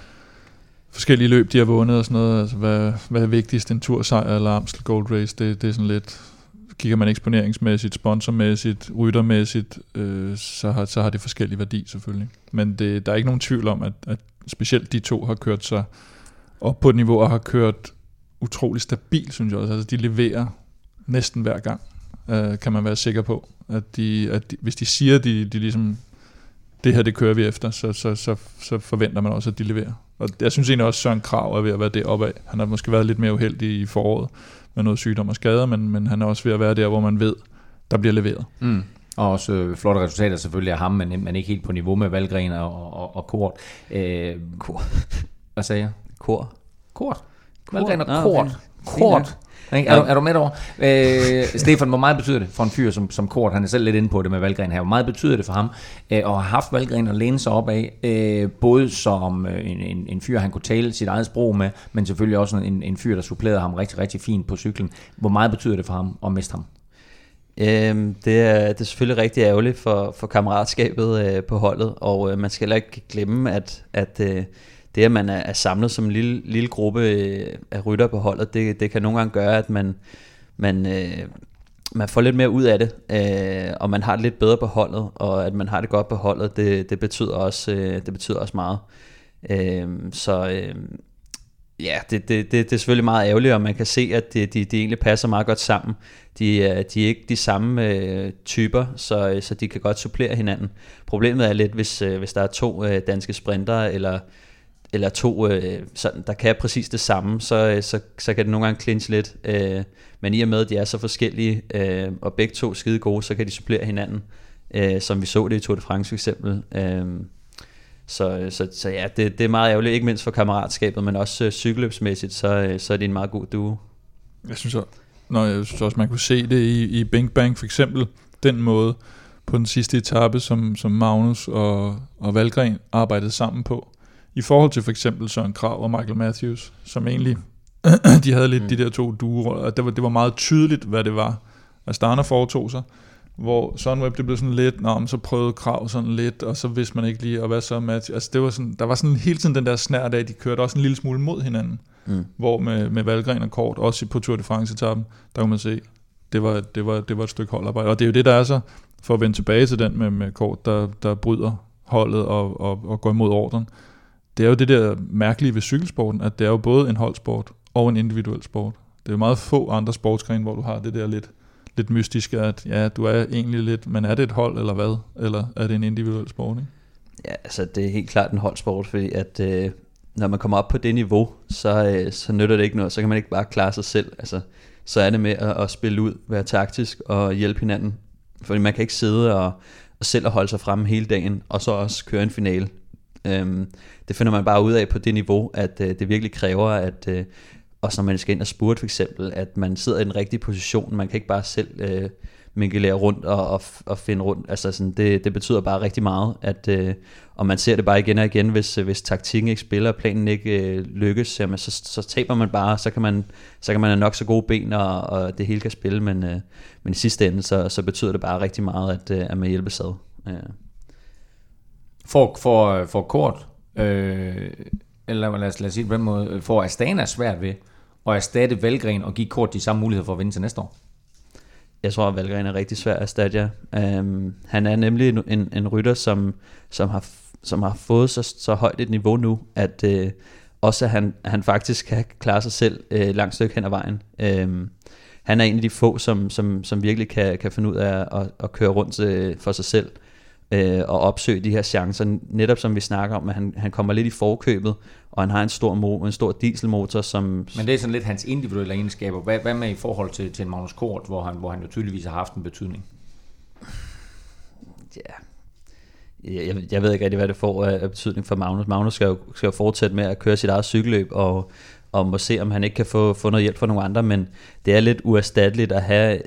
løb, de har vundet og sådan noget. Altså, hvad er vigtigst, en tursejr eller Amstel Gold Race? Det er sådan lidt, kigger man eksponeringsmæssigt, sponsormæssigt, ryttermæssigt, så har det forskellig værdi selvfølgelig. Men der er ikke nogen tvivl om, at specielt de to har kørt sig op på et niveau og har kørt utrolig stabilt, synes jeg også. Altså, de leverer næsten hver gang, kan man være sikker på, at hvis de siger, de ligesom, det her det kører vi efter, så forventer man også, at de leverer. Og jeg synes egentlig også, at Søren Kragh er ved at være deroppe af. Han har måske været lidt mere uheldig i foråret med noget sygdom og skader, men han er også ved at være der, hvor man ved, der bliver leveret. Mm. Og også flotte resultater selvfølgelig af ham, men ikke helt på niveau med Valgren og Kort. Hvad sagde jeg? Kort. Valgren og Kort. Okay. Kort. Er du med over? Stefan, hvor meget betyder det for en fyr som Kort? Han er selv lidt inde på det med Valgren her. Hvor meget betyder det for ham at have haft Valgren at læne sig op af, både som en fyr, han kunne tale sit eget sprog med, men selvfølgelig også en fyr, der supplerede ham rigtig, rigtig fint på cyklen. Hvor meget betyder det for ham at miste ham? Det er selvfølgelig rigtig ærgerligt for kammeratskabet på holdet, og man skal heller ikke glemme, at det, at man er samlet som en lille gruppe af rytter på holdet, det kan nogle gange gøre, at man får lidt mere ud af det, og man har det lidt bedre på holdet, og at man har det godt på holdet, det betyder også meget. Ja, det er selvfølgelig meget ærgerligt, og man kan se, at de egentlig passer meget godt sammen. De er ikke de samme typer, så de kan godt supplere hinanden. Problemet er lidt, hvis der er 2 danske sprintere, eller 2, sådan, der kan præcis det samme, så kan det nogle gange clinche lidt. Men i og med, at de er så forskellige, og begge 2 skide gode, så kan de supplere hinanden, som vi så det i Tour de France for eksempel. Så ja, det er meget ærgerligt, ikke mindst for kammeratskabet, men også cykelløbsmæssigt, så er det en meget god duo. Jeg synes også, man kunne se det i Bing Bang for eksempel, den måde på den sidste etape, som Magnus og Valgren arbejdede sammen på, i forhold til for eksempel Søren Kragh og Michael Matthews, som egentlig, de havde lidt de der 2 duoer, og det var meget tydeligt, hvad det var, Astana foretog sig, hvor Sunweb, det blev sådan lidt, så prøvede Kragh sådan lidt, og så vidste man ikke lige, og hvad så Matthews, altså det var sådan, der var sådan hele tiden den der snært af, de kørte også en lille smule mod hinanden, hvor med Valgren og Kort, også på Tour de France-etappen, der kunne man se, det var et stykke holdarbejde, og det er jo det, der er så, for at vende tilbage til den med Kort, der bryder holdet og går imod ordren. Det er jo det der mærkelige ved cykelsporten, at det er jo både en holdsport og en individuel sport. Det er jo meget få andre sportsgrene, hvor du har det der lidt mystiske, at ja, du er egentlig lidt, men er det et hold eller hvad? Eller er det en individuel sport, ikke? Ja, altså det er helt klart en holdsport, fordi at når man kommer op på det niveau, så nytter det ikke noget, så kan man ikke bare klare sig selv. Altså, så er det med at spille ud, være taktisk og hjælpe hinanden. Fordi man kan ikke sidde og selv holde sig fremme hele dagen, og så også køre en finale. Det finder man bare ud af på det niveau, at det virkelig kræver, at også når man skal ind og spurte for eksempel, at man sidder i den rigtige position. Man kan ikke bare selv mingelere rundt og finde rundt. Altså sådan, det betyder bare rigtig meget, at og man ser det bare igen og igen, hvis taktikken ikke spiller, og planen ikke lykkes, jamen, så taber man bare, så kan man have nok så gode ben, og det hele kan spille, men i sidste ende, så betyder det bare rigtig meget, at man hjælpes ad. For Kort, eller lad os sige det på den måde, for Astana svært ved at erstatte Valgren og give Kort de samme muligheder for at vinde til næste år? Jeg tror, at Valgren er rigtig svær at erstatte, ja. Han er nemlig en rytter, som har fået så højt et niveau nu, at også han faktisk kan klare sig selv langt stykke hen ad vejen. Han er en af de få, som virkelig kan finde ud af at køre rundt for sig selv, og opsøge de her chancer, netop som vi snakker om, at han kommer lidt i forkøbet, og han har en stor dieselmotor, som... Men det er sådan lidt hans individuelle egenskaber. Hvad med i forhold til en Magnus Kort, hvor han jo tydeligvis har haft en betydning? Ja, jeg ved ikke rigtig, hvad det får af betydning for Magnus. Magnus skal jo fortsætte med at køre sit eget cykelløb, og må se, om han ikke kan få noget hjælp fra nogle andre, men det er lidt uerstatteligt at have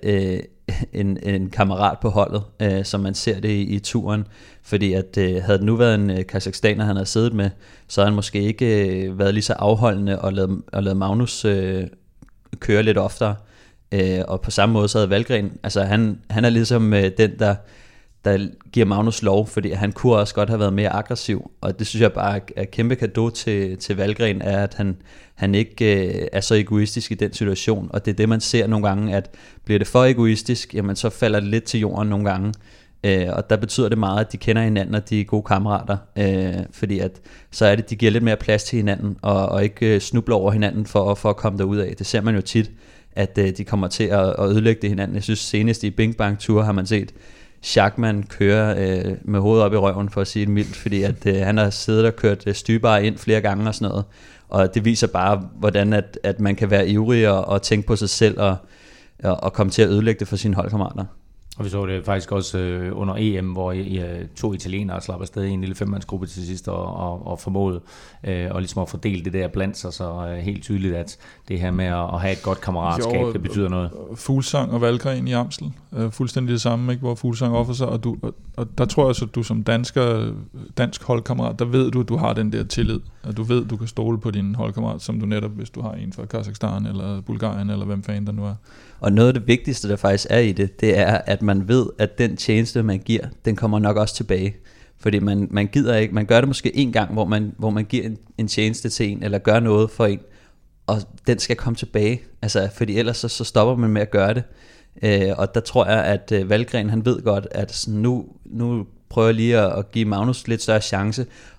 en kammerat på holdet, som man ser det i turen, fordi at havde det nu været en kazakhstaner, han havde siddet med, så havde han måske ikke været lige så afholdende og lavet Magnus køre lidt oftere, og på samme måde så havde Valgren, altså han er ligesom den, der giver Magnus lov, fordi han kunne også godt have været mere aggressiv, og det synes jeg bare er kæmpe cadeau til Valgren, er at han ikke er så egoistisk i den situation, og det er det man ser nogle gange, at bliver det for egoistisk, jamen så falder det lidt til jorden nogle gange, og der betyder det meget, at de kender hinanden, og de er gode kammerater, fordi at så er det, de giver lidt mere plads til hinanden, og ikke snubler over hinanden for at komme derud af. Det ser man jo tit, at de kommer til at ødelægge det hinanden. Jeg synes senest i Bing Bang Tour har man set Schachmann kører med hovedet op i røven, for at sige det mildt, fordi at han har siddet og kørt stybare ind flere gange og sådan noget, og det viser bare, hvordan at man kan være ivrig og tænke på sig selv og komme til at ødelægge det for sine holdkammerater. Og vi så det faktisk også under EM, hvor to italienere slap afsted i en lille 5-mandsgruppe til sidst og formåede og ligesom at fordele det der blandt sig, så helt tydeligt, at det her med at have et godt kammeratskab, det betyder noget. Fuglsang og Valgren i Amstel, fuldstændig det samme, ikke? Hvor Fuglsang offer sig, og der tror jeg så, at du som dansk holdkammerat, der ved du har den der tillid, at du ved, du kan stole på din holdkammerat, som du netop, hvis du har en fra Kazakhstan eller Bulgarien, eller hvem fanden der nu er. Og noget af det vigtigste, der faktisk er i det er, at man ved, at den tjeneste, man giver, den kommer nok også tilbage. Fordi man gider ikke, man gør det måske en gang, hvor man giver en tjeneste til en, eller gør noget for en, og den skal komme tilbage. Altså, fordi ellers så stopper man med at gøre det. Og der tror jeg, at Valgren, han ved godt, at nu prøver jeg lige at give Magnus lidt større chance,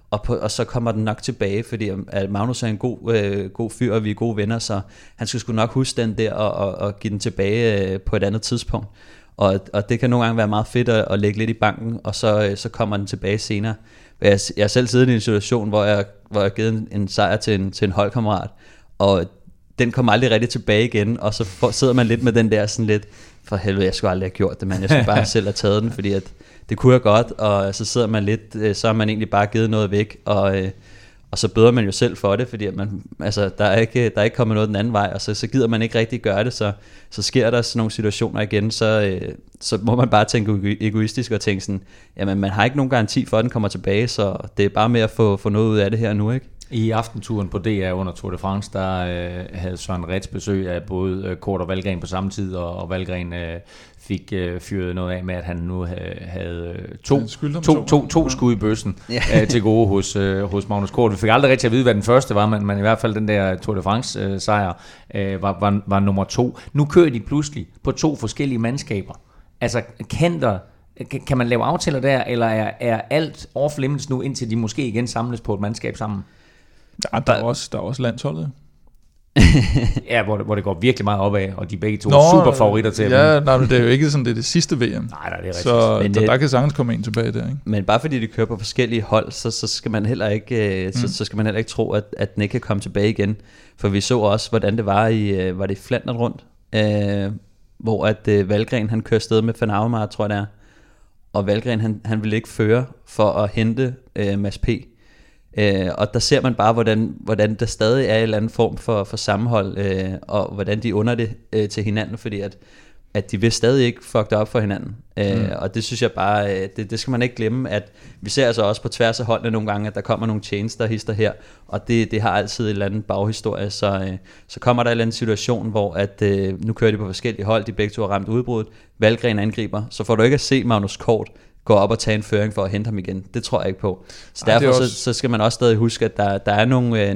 og så kommer den nok tilbage, fordi at Magnus er en god fyr, og vi er gode venner, så han skal sgu nok huske den der og give den tilbage på et andet tidspunkt. Og det kan nogle gange være meget fedt at lægge lidt i banken, og så kommer den tilbage senere. Jeg har selv siddet i en situation, hvor jeg har givet en sejr til en holdkammerat, og den kommer aldrig rigtig tilbage igen, og så sidder man lidt med den der sådan lidt, for helvede, jeg skulle aldrig have gjort det, men jeg skulle bare selv have taget den, fordi at det kunne jeg godt, og så sidder man lidt, så har man egentlig bare givet noget væk, og så bøder man jo selv for det, fordi at der er ikke kommet noget den anden vej, og så gider man ikke rigtig gøre det, så sker der sådan nogle situationer igen, så må man bare tænke egoistisk og tænke sådan, jamen man har ikke nogen garanti for, at den kommer tilbage, så det er bare med at få noget ud af det her nu, ikke? I aftenturen på DR under Tour de France, der havde Søren Retz besøg af både Kort og Valgren på samme tid, og Valgren fik fyret noget af med, at han nu havde to skud i bøssen til gode hos Magnus Kort. Vi fik aldrig rigtig at vide, hvad den første var, men i hvert fald den der Tour de France sejr var nummer 2. Nu kører de pludselig på 2 forskellige mandskaber. Altså kan man lave aftaler der, eller er alt off limits nu, indtil de måske igen samles på et mandskab sammen? Ja, der er også landsholdet. Ja, hvor det går virkelig meget opad, og de begge to er super favoritter til at nej, men det er jo ikke sådan, det er det sidste VM. Nej, det er rigtigt. Så der kan sagtens komme en tilbage der, ikke? Men bare fordi de kører på forskellige hold, så skal man heller ikke, så skal man heller ikke tro, at den ikke kan komme tilbage igen. For vi så også, hvordan det var var det i Flandern rundt, hvor at Valgren, han kører sted med Van Avermaet, tror jeg det er. Og Valgren, han ville ikke føre for at hente Mads P. Og der ser man bare, hvordan der stadig er en eller anden form for sammenhold, og hvordan de under det til hinanden, fordi at de vil stadig ikke fuck det op for hinanden. Og det synes jeg bare, det skal man ikke glemme, at vi ser altså også på tværs af holdene nogle gange, at der kommer nogle chains, der hister her, og det har altid en eller anden baghistorie, så kommer der en eller anden situation, hvor at nu kører de på forskellige hold, de begge to har ramt udbruddet, Valgren angriber, så får du ikke at se Magnus Kort gå op og tage en føring for at hente ham igen. Det tror jeg ikke på. Så derfor også... så skal man også stadig huske, at der er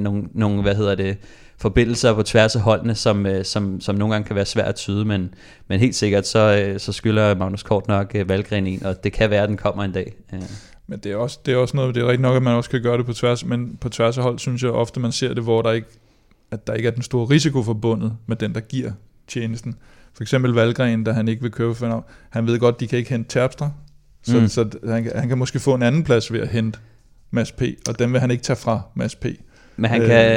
nogle forbindelser på tværs af holdene, som nogle gange kan være svært at tyde, men helt sikkert, så skylder Magnus Kort nok Valgren en, og det kan være, at den kommer en dag. Men det er også noget, det er rigtig nok, at man også kan gøre det på tværs, men på tværs af hold, synes jeg ofte, man ser det, hvor der ikke er den store risiko forbundet med den, der giver tjenesten. For eksempel Valgren, da han ikke vil købe for han ved godt, de kan ikke hente Terpstra, så han kan måske få en anden plads ved at hente Mads P, og den vil han ikke tage fra Mads P. Men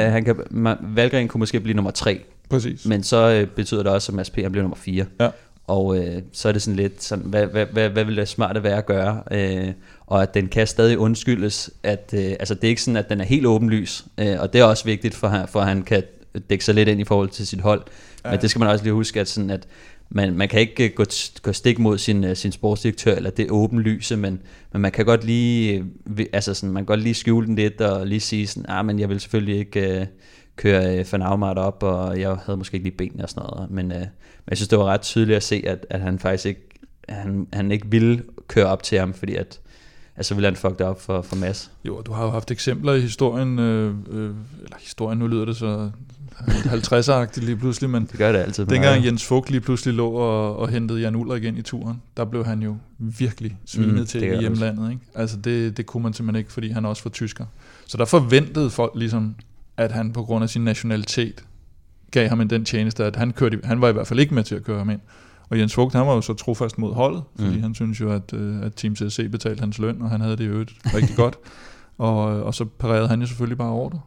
Valgren kunne måske blive nummer 3. Præcis. Men så betyder det også, at Mads P han bliver nummer 4. Ja. Og så er det sådan lidt sådan, hvad vil det smarte være at gøre? Og at den kan stadig undskyldes, at altså det er ikke sådan, at den er helt åbenlys, og det er også vigtigt for at han kan dække sig lidt ind i forhold til sit hold. Ja. Men det skal man også lige huske, at sådan at man kan ikke gå stik mod sin sportsdirektør eller det åbenlyse, men man kan godt lige man kan godt lige skjule den lidt og lige sige sådan, men jeg vil selvfølgelig ikke køre Van Avermaet op, og jeg havde måske ikke lige benene og sådan noget, men jeg synes det var ret tydeligt at se, at han faktisk ikke han ikke ville køre op til ham, fordi at så ville han fuck det op for Mads. Jo, du har jo haft eksempler i historien, eller historien, nu lyder det så 50'er-agtigt lige pludselig, men det gør det altid. Dengang Jens Vogt lige pludselig lå og hentede Jan Ullrich ind i turen, der blev han jo virkelig svinet til i hjemlandet, ikke? Altså det kunne man simpelthen ikke, fordi han også var tysker. Så der forventede folk ligesom, at han på grund af sin nationalitet gav ham den tjeneste, at han var i hvert fald ikke med til at køre ham ind. Og Jens Vogt, han var jo så trofast mod holdet, fordi han synes jo, at Team CSC betalte hans løn, og han havde det jo rigtig godt. Og så parerede han jo selvfølgelig bare ordre,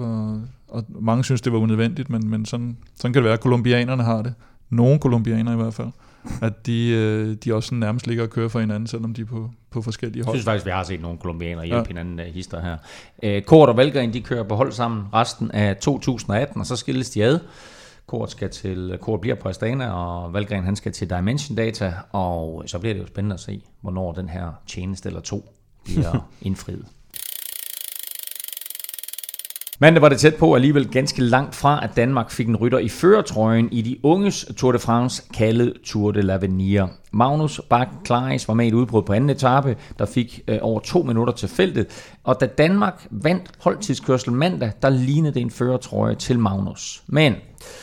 og mange synes, det var unødvendigt, men sådan kan det være, at kolumbianerne har det. Nogle kolumbianere i hvert fald. At de også nærmest ligger og kører for hinanden, selvom de er på forskellige hold. Jeg synes faktisk, vi har set nogle kolumbianere hjælpe hinanden hister her. Kort og Valgren, de kører på hold sammen resten af 2018, og så skilles de ad. Kort bliver på Astana, og Valgren han skal til Dimension Data, og så bliver det jo spændende at se, hvornår den her tjeneste eller 2 bliver indfriet. Mandag var det tæt på, alligevel ganske langt fra, at Danmark fik en rytter i førertrøjen i de unges Tour de France, kaldet Tour de l'Avenir. Magnus Bach Klaris var med i et udbrud på anden etape, der fik over 2 minutter til feltet. Og da Danmark vandt holdtidskørsel mandag, der lignede det en førertrøje til Magnus. Men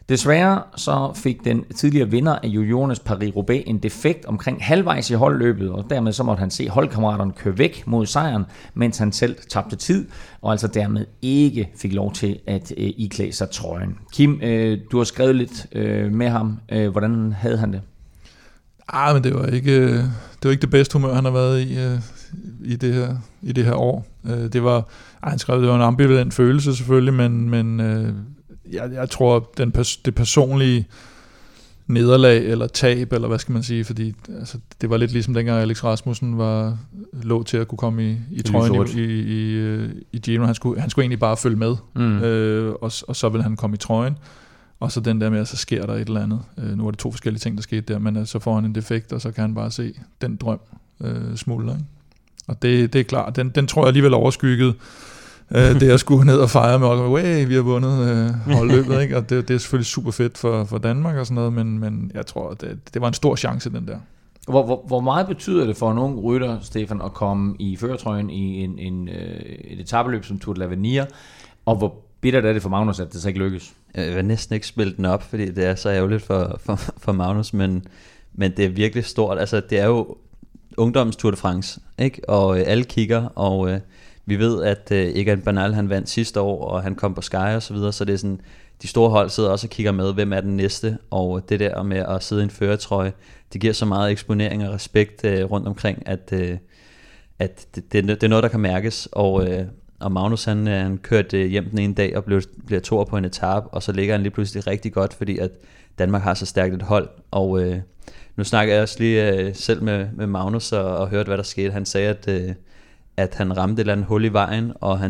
Desværre så fik den tidligere vinder af juniorernes Paris-Roubaix en defekt omkring halvvejs i holdløbet, og dermed så måtte han se holdkammeraterne køre væk mod sejren, mens han selv tabte tid, og altså dermed ikke fik lov til at iklæde sig trøjen. Kim, du har skrevet lidt med ham. Hvordan havde han det? Men det var ikke det bedste humør, han har været i det her år. Han skrev, det var en ambivalent følelse selvfølgelig, men jeg tror, det personlige nederlag eller tab, eller hvad skal man sige, fordi altså, det var lidt ligesom dengang Alex Rasmussen lå til at kunne komme i trøjen i Giro. Han skulle egentlig bare følge med, og så vil han komme i trøjen. Og så den der med, at så sker der et eller andet. Nu er det 2 forskellige ting, der skete der, men så får han en defekt, og så kan han bare se den drøm smuldre. Og det er klart, den tror jeg alligevel overskygget. Det at skulle ned og fejre med, vi har vundet holdløbet, ikke? Og det er selvfølgelig super fedt for Danmark og sådan noget, men jeg tror, det var en stor chance, den der. Hvor meget betyder det for en ung rytter, Stefan, at komme i førertrøjen i et etapeløb som Tour de l'Avenir, og hvor bittert er det for Magnus, at det så ikke lykkes? Jeg vil næsten ikke spille den op, fordi det er så ærgerligt for Magnus, men det er virkelig stort. Altså, det er jo ungdommens Tour de France, ikke? Og alle kigger, og vi ved, at Egan Bernal, han vandt sidste år, og han kom på Sky og så videre, så det er sådan, de store hold sidder også og kigger med, hvem er den næste, og det der med at sidde i en førertrøje, det giver så meget eksponering og respekt rundt omkring, at det er noget, der kan mærkes, og Magnus han kørte hjem den ene dag og bliver toer på en etape, og så ligger han lige pludselig rigtig godt, fordi at Danmark har så stærkt et hold, og nu snakker jeg også lige selv med Magnus og hørte, hvad der skete. Han sagde, at han ramte et eller andet hul i vejen, og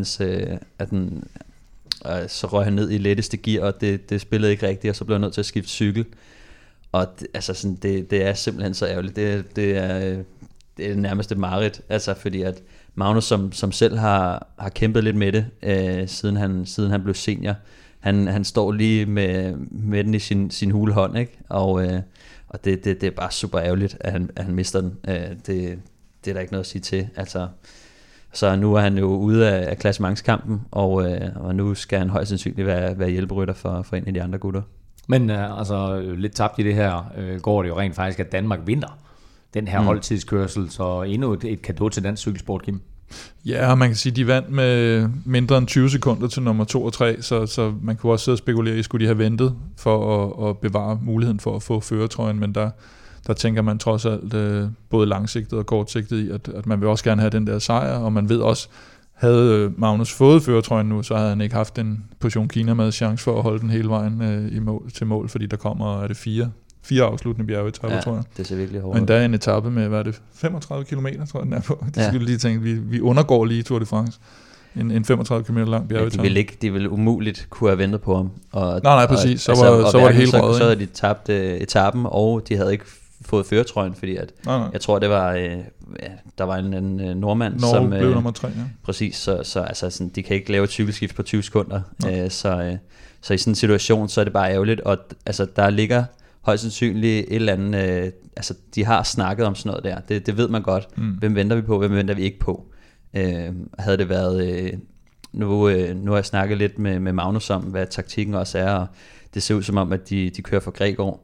så røg han ned i letteste gear, og det spillede ikke rigtigt, og så blev han nødt til at skifte cykel. Og det er simpelthen så ærgerligt. Det er nærmest et mareridt, altså fordi at Magnus, som selv har kæmpet lidt med det, siden han blev senior, han står lige med den i sin hule hånd, ikke? Og det er bare super ærgerligt, at han mister den. Det er der ikke noget at sige til. Altså, så nu er han jo ude af klassementskampen, og nu skal han højst sandsynligt være hjælperytter for en af de andre gutter. Men altså lidt tabt i det her, går det jo rent faktisk, at Danmark vinder den her holdtidskørsel, så endnu et cadeau til dansk cykelsport, Kim. Ja, man kan sige, de vandt med mindre end 20 sekunder til nummer 2 og 3, så man kunne også sidde og spekulere i, skulle de have ventet for at bevare muligheden for at få førertrøjen, men der tænker man trods alt både langsigtet og kortsigtet i, at man vil også gerne have den der sejr, og man ved også, havde Magnus fået førertrøjen nu, så havde han ikke haft en portion Kina med chance for at holde den hele vejen til mål, fordi der kommer, er det 4 afsluttende bjergetapper, tror jeg. Det ser virkelig hårdt. Men der er en etape med, hvad er det, 35 km, tror jeg den er på. Det skulle lige tænke, vi undergår lige Tour de France. En 35 km lang bjergetappe. Ja, de ville umuligt kunne have ventet på ham. Nej, præcis. Så var det helt røget. Så havde de tabt etappen, og de havde ikke fået førertrøjen, fordi at jeg tror, det var der var en nordmand, Norge som blev nummer 3, ja. Præcis, så altså sådan, de kan ikke lave et cykelskift på 20 sekunder. Så i sådan en situation, så er det bare ærgerligt, og altså der ligger højst sandsynligt et eller andet, altså de har snakket om sådan noget der, det ved man godt, hvem venter vi på, hvem venter vi ikke på. Havde det været, nu har jeg snakket lidt med Magnus om, hvad taktikken også er, og det ser ud som om, at de kører for Gregor,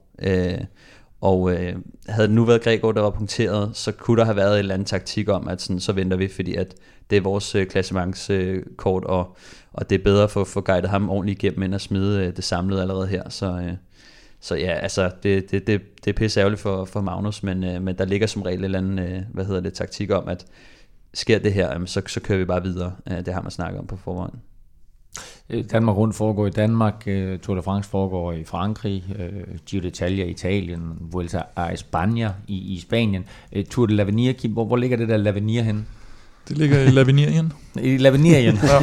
og havde det nu været Gregor, der var punkteret, så kunne der have været et eller andet taktik om, at sådan, så venter vi, fordi at det er vores klassementskort, og det er bedre for at få guidet ham ordentligt igennem, end at smide det samlede allerede her, så ja, altså det er pisse ærgerligt for Magnus, men der ligger som regel et eller andet, taktik om, at sker det her, så kører vi bare videre. Det har man snakket om på forhånd. Danmark rundt foregår i Danmark, Tour de France foregår i Frankrig, Giro d'Italia i Italien, Vuelta a España i Spanien. Tour de l'Avenir, Kim, hvor ligger det der l'Avenir henne? Det ligger i Lavenirien. I Lavenirien? Ja.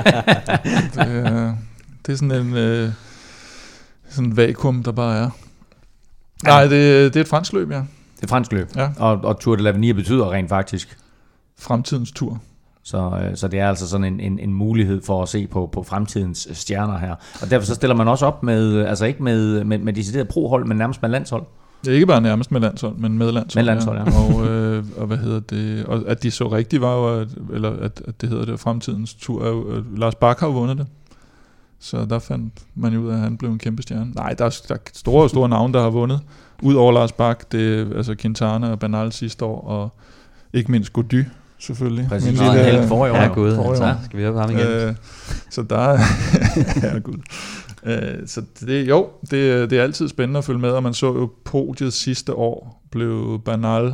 Det er sådan en vakuum, der bare er. Nej, det er et fransk løb, ja. Det er et fransk løb, ja. Og Tour de l'Avenir betyder rent faktisk fremtidens tur. Så det er altså sådan en mulighed for at se på fremtidens stjerner her. Og derfor så stiller man også op med, altså ikke med decideret pro-hold, men nærmest med landshold. Det er ikke bare nærmest med landshold, men med landshold. Med landshold, ja. Og hvad hedder det? Og at de så rigtigt var jo, at det hedder det, fremtidens tur. Lars Bak har jo vundet det. Så der fandt man ud af, at han blev en kæmpe stjerne. Nej, der er store navne, der har vundet. Udover Lars Bak, det er altså Quintana og Bernal sidste år, og ikke mindst Gody, selvfølgelig. Præcis, helt forrige år. Ja, gud, så skal vi høre på ham igen. Så der er... ja, gud. Så det er altid spændende at følge med, og man så jo podiet sidste år, blev Bernal,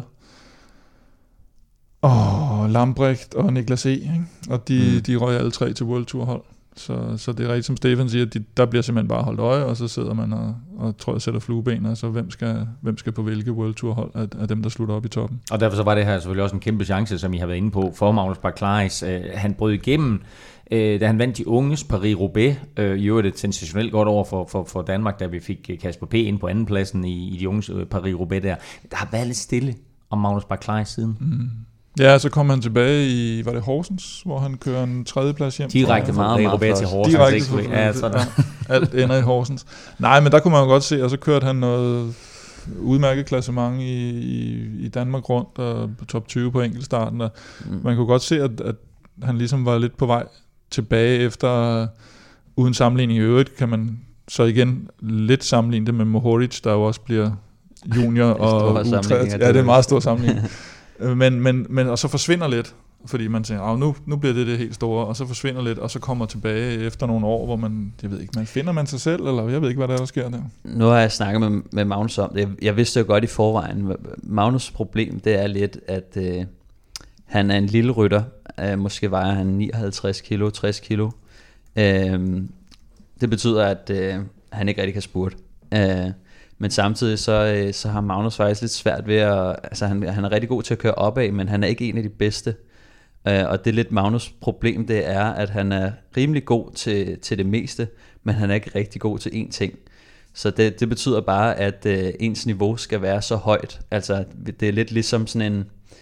Lambrecht og Niklas E., ikke? Og de røg alle 3 til World Tour hold. Så det er rigtigt, som Stefan siger, at der bliver simpelthen bare holdt øje, og så sidder man og tror jeg sætter flueben, og så hvem skal på hvilke World Tour hold af dem, der slutter op i toppen. Og derfor så var det her selvfølgelig også en kæmpe chance, som I har været inde på, for Magnus Bak Claris. Han brød igennem, da han vandt de unges Paris-Roubaix, i øvrigt et sensationelt godt år for Danmark, da vi fik Kasper P. ind på andenpladsen i de unges Paris-Roubaix der. Der har været lidt stille om Magnus Bak Claris siden. Ja, så kom han tilbage i, var det Horsens, hvor han kører en 3. plads hjem. Direkte fra Paris-Roubaix til Horsens. Direkte ja, sådan. Alt ender i Horsens. Nej, men der kunne man jo godt se, og så kørte han noget udmærket klassement i Danmark rundt, og på top 20 på enkeltstarten. Og man kunne godt se, at han ligesom var lidt på vej tilbage efter, uden sammenligning i øvrigt, kan man så igen lidt sammenligne det med Mohoric, der jo også bliver junior og U3. Ja, det er en meget stor sammenligning. Men og så forsvinder lidt, fordi man tænker, nu bliver det helt store, og så forsvinder lidt, og så kommer tilbage efter nogle år, hvor man, jeg ved ikke, finder man sig selv, eller jeg ved ikke, hvad der sker der. Nu har jeg snakket med Magnus om det. Jeg vidste jo godt i forvejen. Magnus' problem, det er lidt, at han er en lille rytter. Måske vejer han 59 kilo, 60 kilo. Det betyder, at han ikke rigtig kan spurte. Men samtidig så har Magnus faktisk lidt svært ved at, altså han er rigtig god til at køre opad, men han er ikke en af de bedste. Og det er lidt Magnus' problem, det er, at han er rimelig god til det meste, men han er ikke rigtig god til én ting. Så det betyder bare, at ens niveau skal være så højt. Altså det er lidt ligesom sådan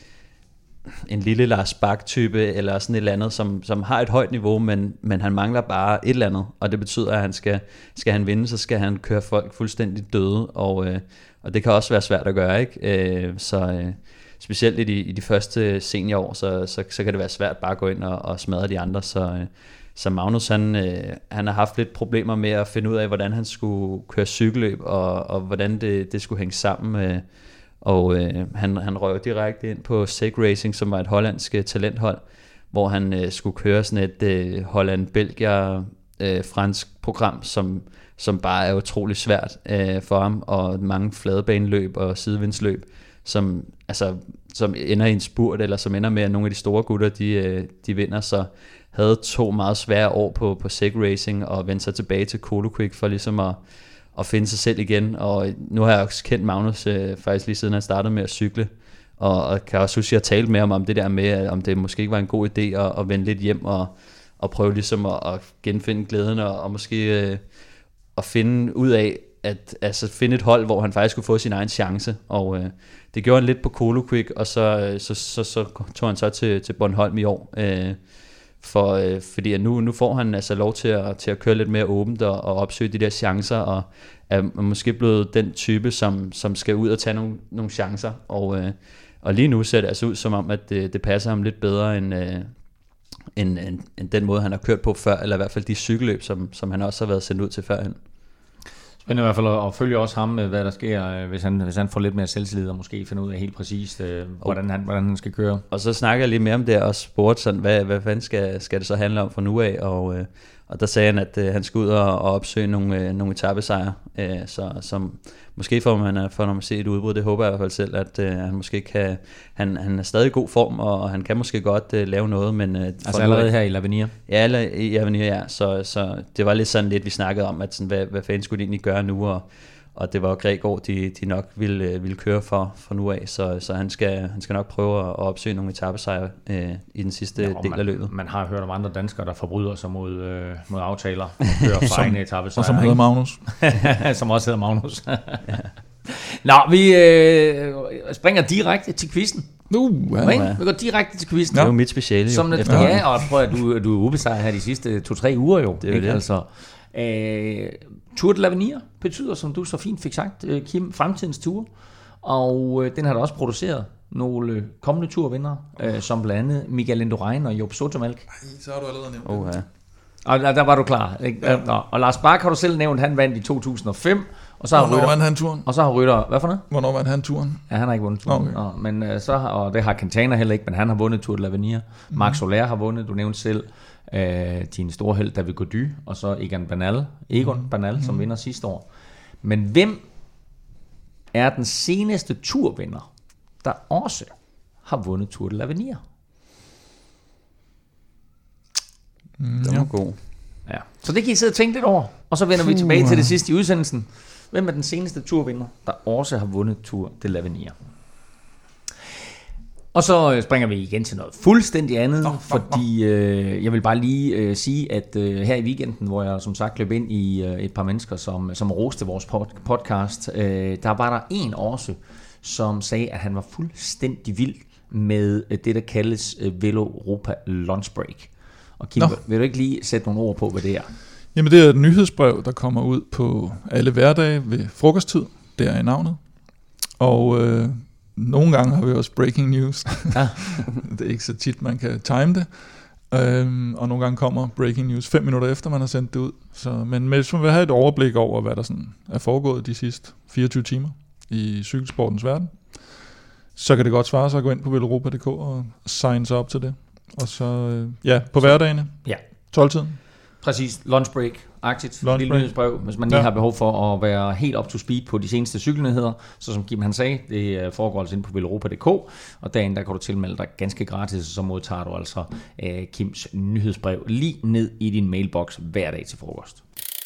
en lille Lars Bak-type, eller sådan et eller andet, som har et højt niveau, men han mangler bare et eller andet, og det betyder, at han skal han vinde, så skal han køre folk fuldstændig døde, og det kan også være svært at gøre, ikke? Specielt i de første seniorår, så kan det være svært bare at gå ind og smadre de andre, så Magnus, han har haft lidt problemer med at finde ud af, hvordan han skulle køre cykelløb, og hvordan det skulle hænge sammen. Og han røg direkte ind på Seg Racing, som var et hollandsk talenthold, hvor han skulle køre sådan et Holland-Belgier-fransk program, som bare er utrolig svært for ham, og mange fladebaneløb og sidevindsløb, som ender i en spurt, eller som ender med, at nogle af de store gutter, de vinder, så havde 2 meget svære år på Seg Racing, og vendte sig tilbage til Colo-Quick for ligesom at finde sig selv igen, og nu har jeg også kendt Magnus faktisk lige siden han startede med at cykle, og kan også huske, at jeg talte med ham om det der med, om det måske ikke var en god idé at vende lidt hjem og prøve ligesom at genfinde glæden, og måske at finde ud af, at finde et hold, hvor han faktisk kunne få sin egen chance, og det gjorde han lidt på Colo-Quick, og så tog han så til Bornholm i år, fordi nu får han altså lov til at køre lidt mere åbent og opsøge de der chancer, og er måske blevet den type, som skal ud og tage nogle chancer, og lige nu ser det altså ud som om, at det passer ham lidt bedre end den måde, han har kørt på før, eller i hvert fald de cykelløb, som han også har været sendt ud til førhen. Men i hvert fald at følge også ham med, hvad der sker, hvis han får lidt mere selvtillid, og måske finde ud af helt præcist, hvordan han skal køre. Og så snakker jeg lidt mere om det, og spurgte sådan, hvad fanden skal det så handle om fra nu af, og der sagde han, at han skal ud og opsøge nogle etapesejre, som måske får man se et udbrud, det håber jeg i hvert fald selv, at han måske kan, han er stadig i god form, og han kan måske godt lave noget, men... altså allerede her i L'Avenir? Ja, i L'Avenir, ja, så det var lidt sådan lidt, vi snakkede om, at sådan, hvad fanden skulle de egentlig gøre nu, og det var jo Gregor, de nok ville køre for nu af, så han skal nok prøve at opsøge nogle etapesejre i den sidste del af løbet. Man har hørt om andre danskere, der forbryder sig mod aftaler og kører for egne etapesejre. Og som hedder Magnus. Som også hedder Magnus. Ja. Nå, vi springer direkte til quizzen. Vi går direkte til quizzen. Det er jo mit speciale. Ja, og prøv at du er ubesejret her de sidste 2-3 uger jo. Det er det. Altså, Tour de l'Avenir betyder, som du så fint fik sagt, Kim, fremtidens tour. Og den har da også produceret nogle kommende turvindere, som blandt andet Miguel Indurain og Job Sotomalk. Så har du allerede nævnt det. Ja. Og der var du klar. Ja. Og Lars Bak har du selv nævnt, han vandt i 2005. Og så Hvornår vandt han turen? Og så har Rytter... Hvad for noget? Hvornår vandt han turen? Ja, han har ikke vundet turen. Okay. Og det har Quintana heller ikke, men han har vundet Tour de l'Avenir. Marc Soler har vundet, du nævnte selv. Din store held, David Gaudu, og så Egon Bernal, som vinder sidste år. Men hvem er den seneste turvinder, der også har vundet Tour de l'Avenir? Det var god. Ja. Så det kan I sidde og tænke lidt over. Og så vender vi tilbage til det sidste i udsendelsen. Hvem er den seneste turvinder, der også har vundet Tour de l'Avenir? Og så springer vi igen til noget fuldstændig andet, fordi jeg vil bare lige sige, at her i weekenden, hvor jeg som sagt løb ind i et par mennesker, som roste vores podcast, der var der en også, som sagde, at han var fuldstændig vild med det, der kaldes Velo Europa Lunch Break. Og Kim, vil du ikke lige sætte nogle ord på, hvad det er? Jamen det er et nyhedsbrev, der kommer ud på alle hverdage ved frokosttid. Det er i navnet. Og nogle gange har vi også breaking news. Ja. Det er ikke så tit, man kan time det. Og nogle gange kommer breaking news 5 minutter efter, man har sendt det ud. Men hvis man vil have et overblik over, hvad der sådan er foregået de sidste 24 timer i cykelsportens verden, så kan det godt svare sig at gå ind på veloropa.dk og signe sig op til det. Og så, på hverdagene, 12-tiden. Præcis, lunch break-agtigt, lille nyhedsbrev, hvis man lige har behov for at være helt up to speed på de seneste cykelnyheder. Så som Kim han sagde, det foregår altså inde på veloropa.dk, og dagen der kan du tilmelde dig ganske gratis, så modtager du altså Kims nyhedsbrev lige ned i din mailbox hver dag til frokost.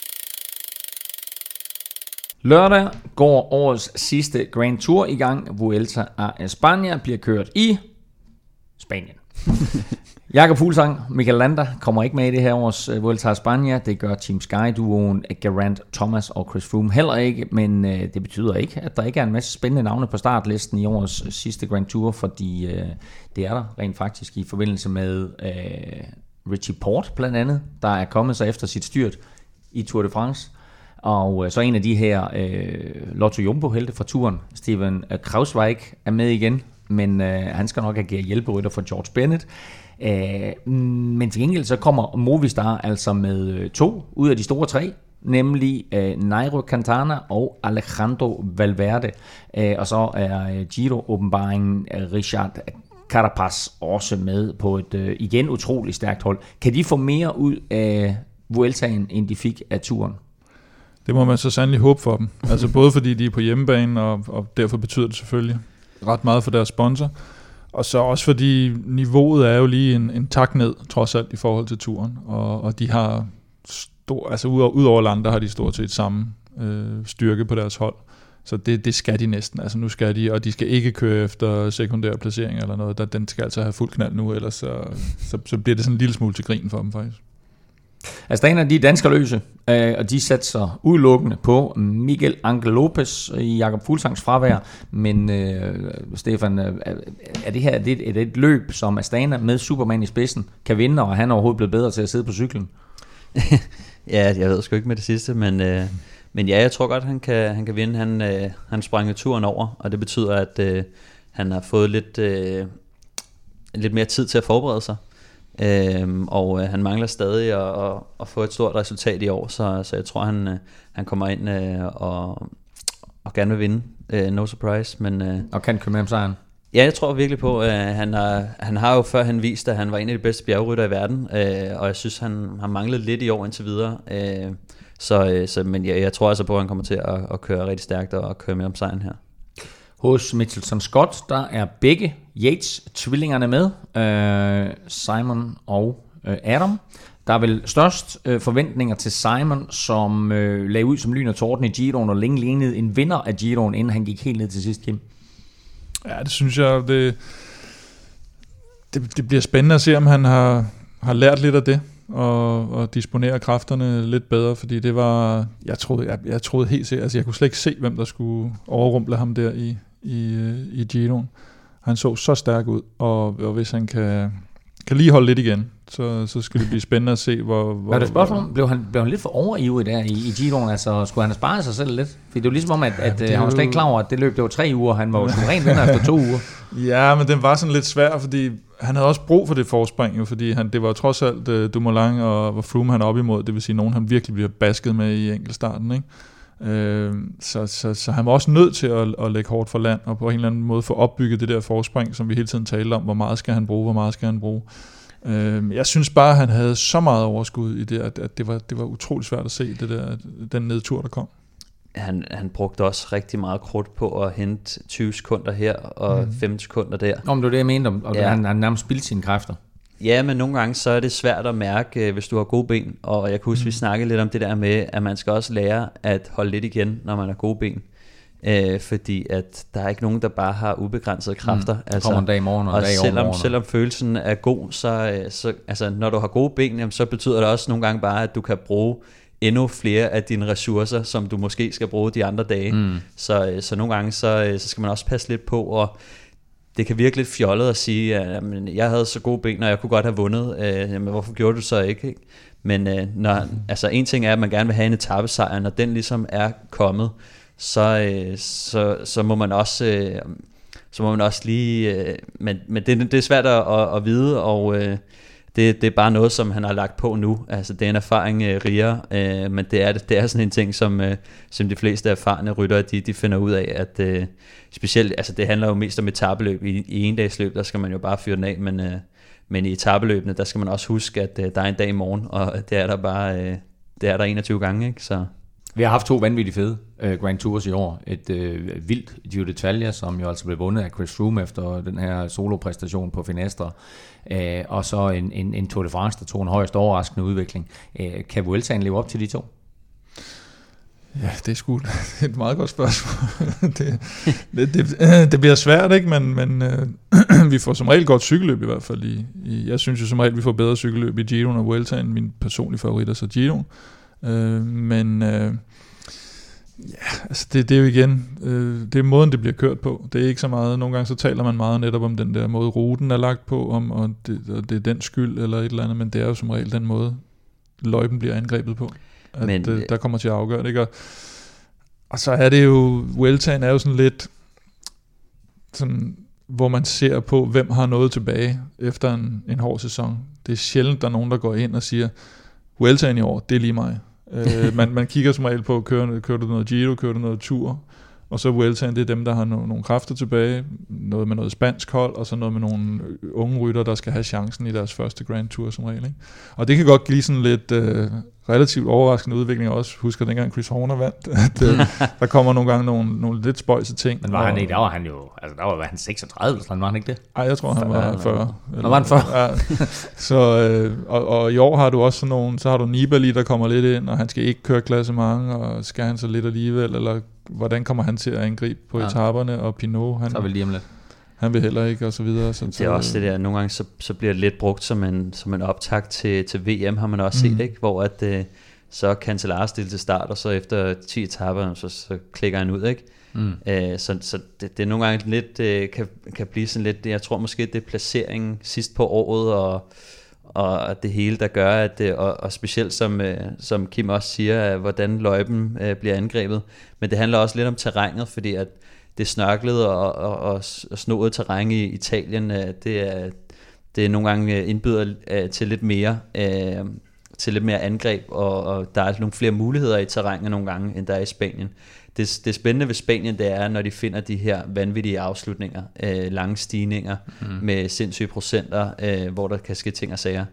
Lørdag går årets sidste Grand Tour i gang. Vuelta a España bliver kørt i Spanien. Jakob Fuglsang, Michael Landa kommer ikke med i det her års Vuelta a España. Det gør Team Sky-duoen Geraint Thomas og Chris Froome heller ikke, men det betyder ikke, at der ikke er en masse spændende navne på startlisten i årets sidste Grand Tour, fordi det er der rent faktisk i forbindelse med Richie Porte blandt andet, der er kommet sig efter sit styrt i Tour de France. Og så en af de her Lotto Jumbo-helte fra turen, Steven Kruijswijk, er med igen, men han skal nok agere hjælperytter for George Bennett. Men til gengæld så kommer Movistar altså med 2 ud af de store 3, nemlig Nairo Quintana og Alejandro Valverde. Og så er Giro-åbenbaringen Richard Carapaz også med på et igen utroligt stærkt hold. Kan de få mere ud af Vueltaen, end de fik af turen? Det må man så sandelig håbe for dem. Altså både fordi de er på hjemmebane, og derfor betyder det selvfølgelig ret meget for deres sponsor. Og så også fordi niveauet er jo lige en tak ned, trods alt i forhold til turen. Og de har ud over Landa har de stort set samme styrke på deres hold. Så det skal de næsten. Altså nu skal de, og de skal ikke køre efter sekundære placeringer eller noget. Den skal altså have fuld knald nu, ellers så bliver det sådan en lille smule til grin for dem faktisk. Astana, de er danskerløse, og de satser udelukkende på Miguel Angel Lopez i Jakob Fuglsangs fravær. Men Stefan, er det her et løb, som Astana med Superman i spidsen kan vinde, og han er overhovedet blevet bedre til at sidde på cyklen? Ja, jeg ved sgu ikke med det sidste, men ja, jeg tror godt, han kan vinde. Han sprang turen over, og det betyder, at han har fået lidt mere tid til at forberede sig. Og han mangler stadig at få et stort resultat i år, så jeg tror han kommer ind og gerne vil vinde, no surprise, men og kan køre med om sejren. Ja, jeg tror virkelig på, han har jo førhen vist, at han var en af de bedste bjergrytter i verden, og jeg synes han har manglet lidt i år indtil videre, men jeg tror altså på, at han kommer til at køre rigtig stærkt og køre med om sejren her. Hos Mitchelton Scott, der er begge Yates-tvillingerne med, Simon og Adam. Der er vel størst forventninger til Simon, som lagde ud som lyn og torden i Giroen, og længe lignede en vinder af Giroen, inden han gik helt ned til sidst, Kim. Ja, det synes jeg, det bliver spændende at se, om han har lært lidt af det, og disponere kræfterne lidt bedre, fordi det var, jeg troede helt sikkert, altså jeg kunne slet ikke se, hvem der skulle overrumple ham der i Giroen. Han så stærk ud, og hvis han kan lige holde lidt igen, så skal det blive spændende at se, hvor... Er det spørgsmål? Blev han lidt for overivrig der i Giroen? Altså, skulle han have sparet sig selv lidt? For det er jo ligesom om, at han var slet ikke klar over, at det løb, det var 3 uger, han var jo suveræn vinder efter 2 uger. Ja, men den var sådan lidt svær, fordi han havde også brug for det forspring, jo, fordi det var trods alt Dumoulin og Froome han op imod, det vil sige nogen, han virkelig bliver basket med i enkeltstarten, ikke? Så han var også nødt til at lægge hårdt for land, og på en eller anden måde få opbygget det der forspring, som vi hele tiden talte om, hvor meget skal han bruge. Jeg synes bare, han havde så meget overskud i det, at det var utroligt svært at se den nedtur, der kom. Han brugte også rigtig meget krudt på at hente 20 sekunder her og 5 sekunder der. Om det var det, jeg mente, og han nærmest spildte sine kræfter. Ja, men nogle gange så er det svært at mærke, hvis du har gode ben, og jeg kan huske, vi snakkede lidt om det der med, at man skal også lære at holde lidt igen, når man har gode ben. Fordi at der er ikke nogen, der bare har ubegrænsede kræfter. Der kommer en dag i morgen og en dag i overmorgen. Selvom følelsen er god, så altså, når du har gode ben, jamen, så betyder det også nogle gange bare, at du kan bruge endnu flere af dine ressourcer, som du måske skal bruge de andre dage. Så nogle gange så skal man også passe lidt på, og det kan virke lidt fjollet at sige, at jeg havde så gode ben, og jeg kunne godt have vundet. Jamen, hvorfor gjorde du så ikke? Men altså en ting er, at man gerne vil have en etapesejr, når den ligesom er kommet, så må man også lige, men det er svært at vide, og det er bare noget, som han har lagt på nu. Altså det er en erfaring rigere, men det er sådan en ting, som de fleste erfarne ryttere, de finder ud af, at specielt, altså det handler jo mest om etapeløb. I endagsløb, der skal man jo bare fyre den af, men i etapeløbene, der skal man også huske, at der er en dag i morgen, og det er der bare, det er der 21 gange, ikke? Så vi har haft 2 vanvittigt fede Grand Tours i år. Et vildt Giro d'Italia, som jo altså blev vundet af Chris Froome efter den her solopræstation på Finestre. Og så en Tour de France, der tog en højst overraskende udvikling. Kan Vueltaen leve op til de 2? Ja, det er sgu et meget godt spørgsmål. det bliver svært, ikke? Men vi får som regel godt cykelløb i hvert fald. Jeg synes jo som regel, vi får bedre cykelløb i Giroen og Vueltaen. Min personlige favorit er så Giroen. Altså det er jo igen, det er måden, det bliver kørt på. Det er ikke så meget, nogle gange så taler man meget netop om den der måde, ruten er lagt på, og det er den skyld eller et eller andet, men det er jo som regel den måde, løjpen bliver angrebet på, at der kommer til at afgøre det, ikke? Og så er det jo, Vueltaen er jo sådan lidt sådan, hvor man ser på, hvem har noget tilbage efter en hård sæson. Det er sjældent, der er nogen, der går ind og siger, Vueltaen i år, det er lige mig. Man kigger som regel på, kører du noget Giro, kører du noget Tour, og så Vueltaen, det er dem, der har nogle kræfter tilbage, noget med noget spansk hold, og så noget med nogle unge rytter, der skal have chancen i deres første Grand Tour som regel, ikke? Og det kan godt give sådan lidt relativt overraskende udvikling. Jeg også husker dengang Chris Horner vandt, at der kommer nogle gange nogle lidt spøjse ting. Men der var han jo, altså der var han 36 eller sådan, var han ikke det? Nej, jeg tror han var 40. Eller var han 40? Ja. Så og i år har du også sådan nogle, så har du Nibali, der kommer lidt ind, og han skal ikke køre klassement, og skal han så lidt alligevel, eller hvordan kommer han til at angribe på etaperne, og Pinot, han, så vil lige om lidt. Han vil heller ikke, og så videre. Det er også det der, nogle gange så bliver det lidt brugt som en optakt til VM, har man også set, ikke? Hvor at så Cancellara stille til start, og så efter 10 etaper, så klikker han ud, ikke? Så det nogle gange lidt kan blive sådan lidt, jeg tror måske det er placeringen sidst på året, og det hele, der gør, at og specielt som Kim også siger, hvordan løjpen bliver angrebet, men det handler også lidt om terrænet, fordi at det snørklede og snoede terræn i Italien, det er nogle gange indbyder til lidt mere angreb, og der er nogle flere muligheder i terrænet nogle gange, end der er i Spanien. Det spændende ved Spanien, det er, når de finder de her vanvittige afslutninger, lange stigninger med sindssyge procenter, hvor der kan ske ting og sager.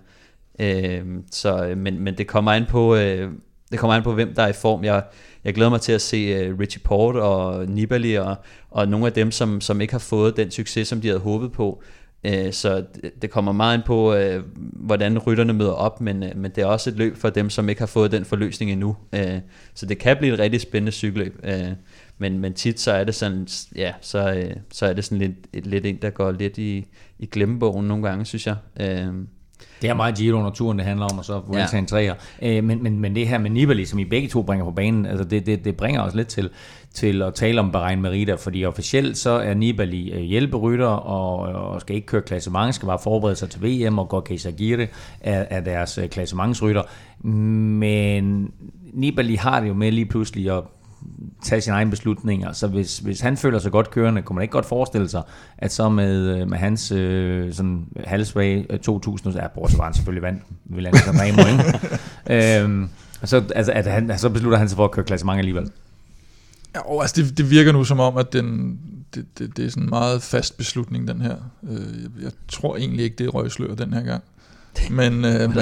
Men det kommer an på, hvem der er i form. Jeg glæder mig til at se Richie Porte og Nibali og nogle af dem, som ikke har fået den succes, som de havde håbet på. Så det kommer meget ind på, hvordan rytterne møder op, men det er også et løb for dem, som ikke har fået den forløsning endnu. Så det kan blive et rigtig spændende cykelløb. Men tit så er det sådan, ja, så er det sådan lidt en, der går lidt i glemmebogen nogle gange, synes jeg. Det er meget Giroen og turen, det handler om, og så Vueltaen træer. Men det her med Nibali, som I begge to bringer på banen, altså det bringer os lidt til at tale om Bahrain Merida, fordi officielt så er Nibali hjælperytter og skal ikke køre klassement, skal bare forberede sig til VM, og Gorka Izagirre er deres klassementsrytter. Men Nibali har det jo med lige pludselig at tage sine egne beslutninger. Så hvis han føler sig godt kørende, kunne man ikke godt forestille sig, at så med hans sådan halvsvage 2000, så var han selvfølgelig vandt, vil han sådan Remo, ikke? Så beslutter han sig for at køre klassement alligevel. Ja, altså det virker nu som om, at det er sådan en meget fast beslutning, den her. Jeg tror egentlig ikke, det er røgslør den her gang. Men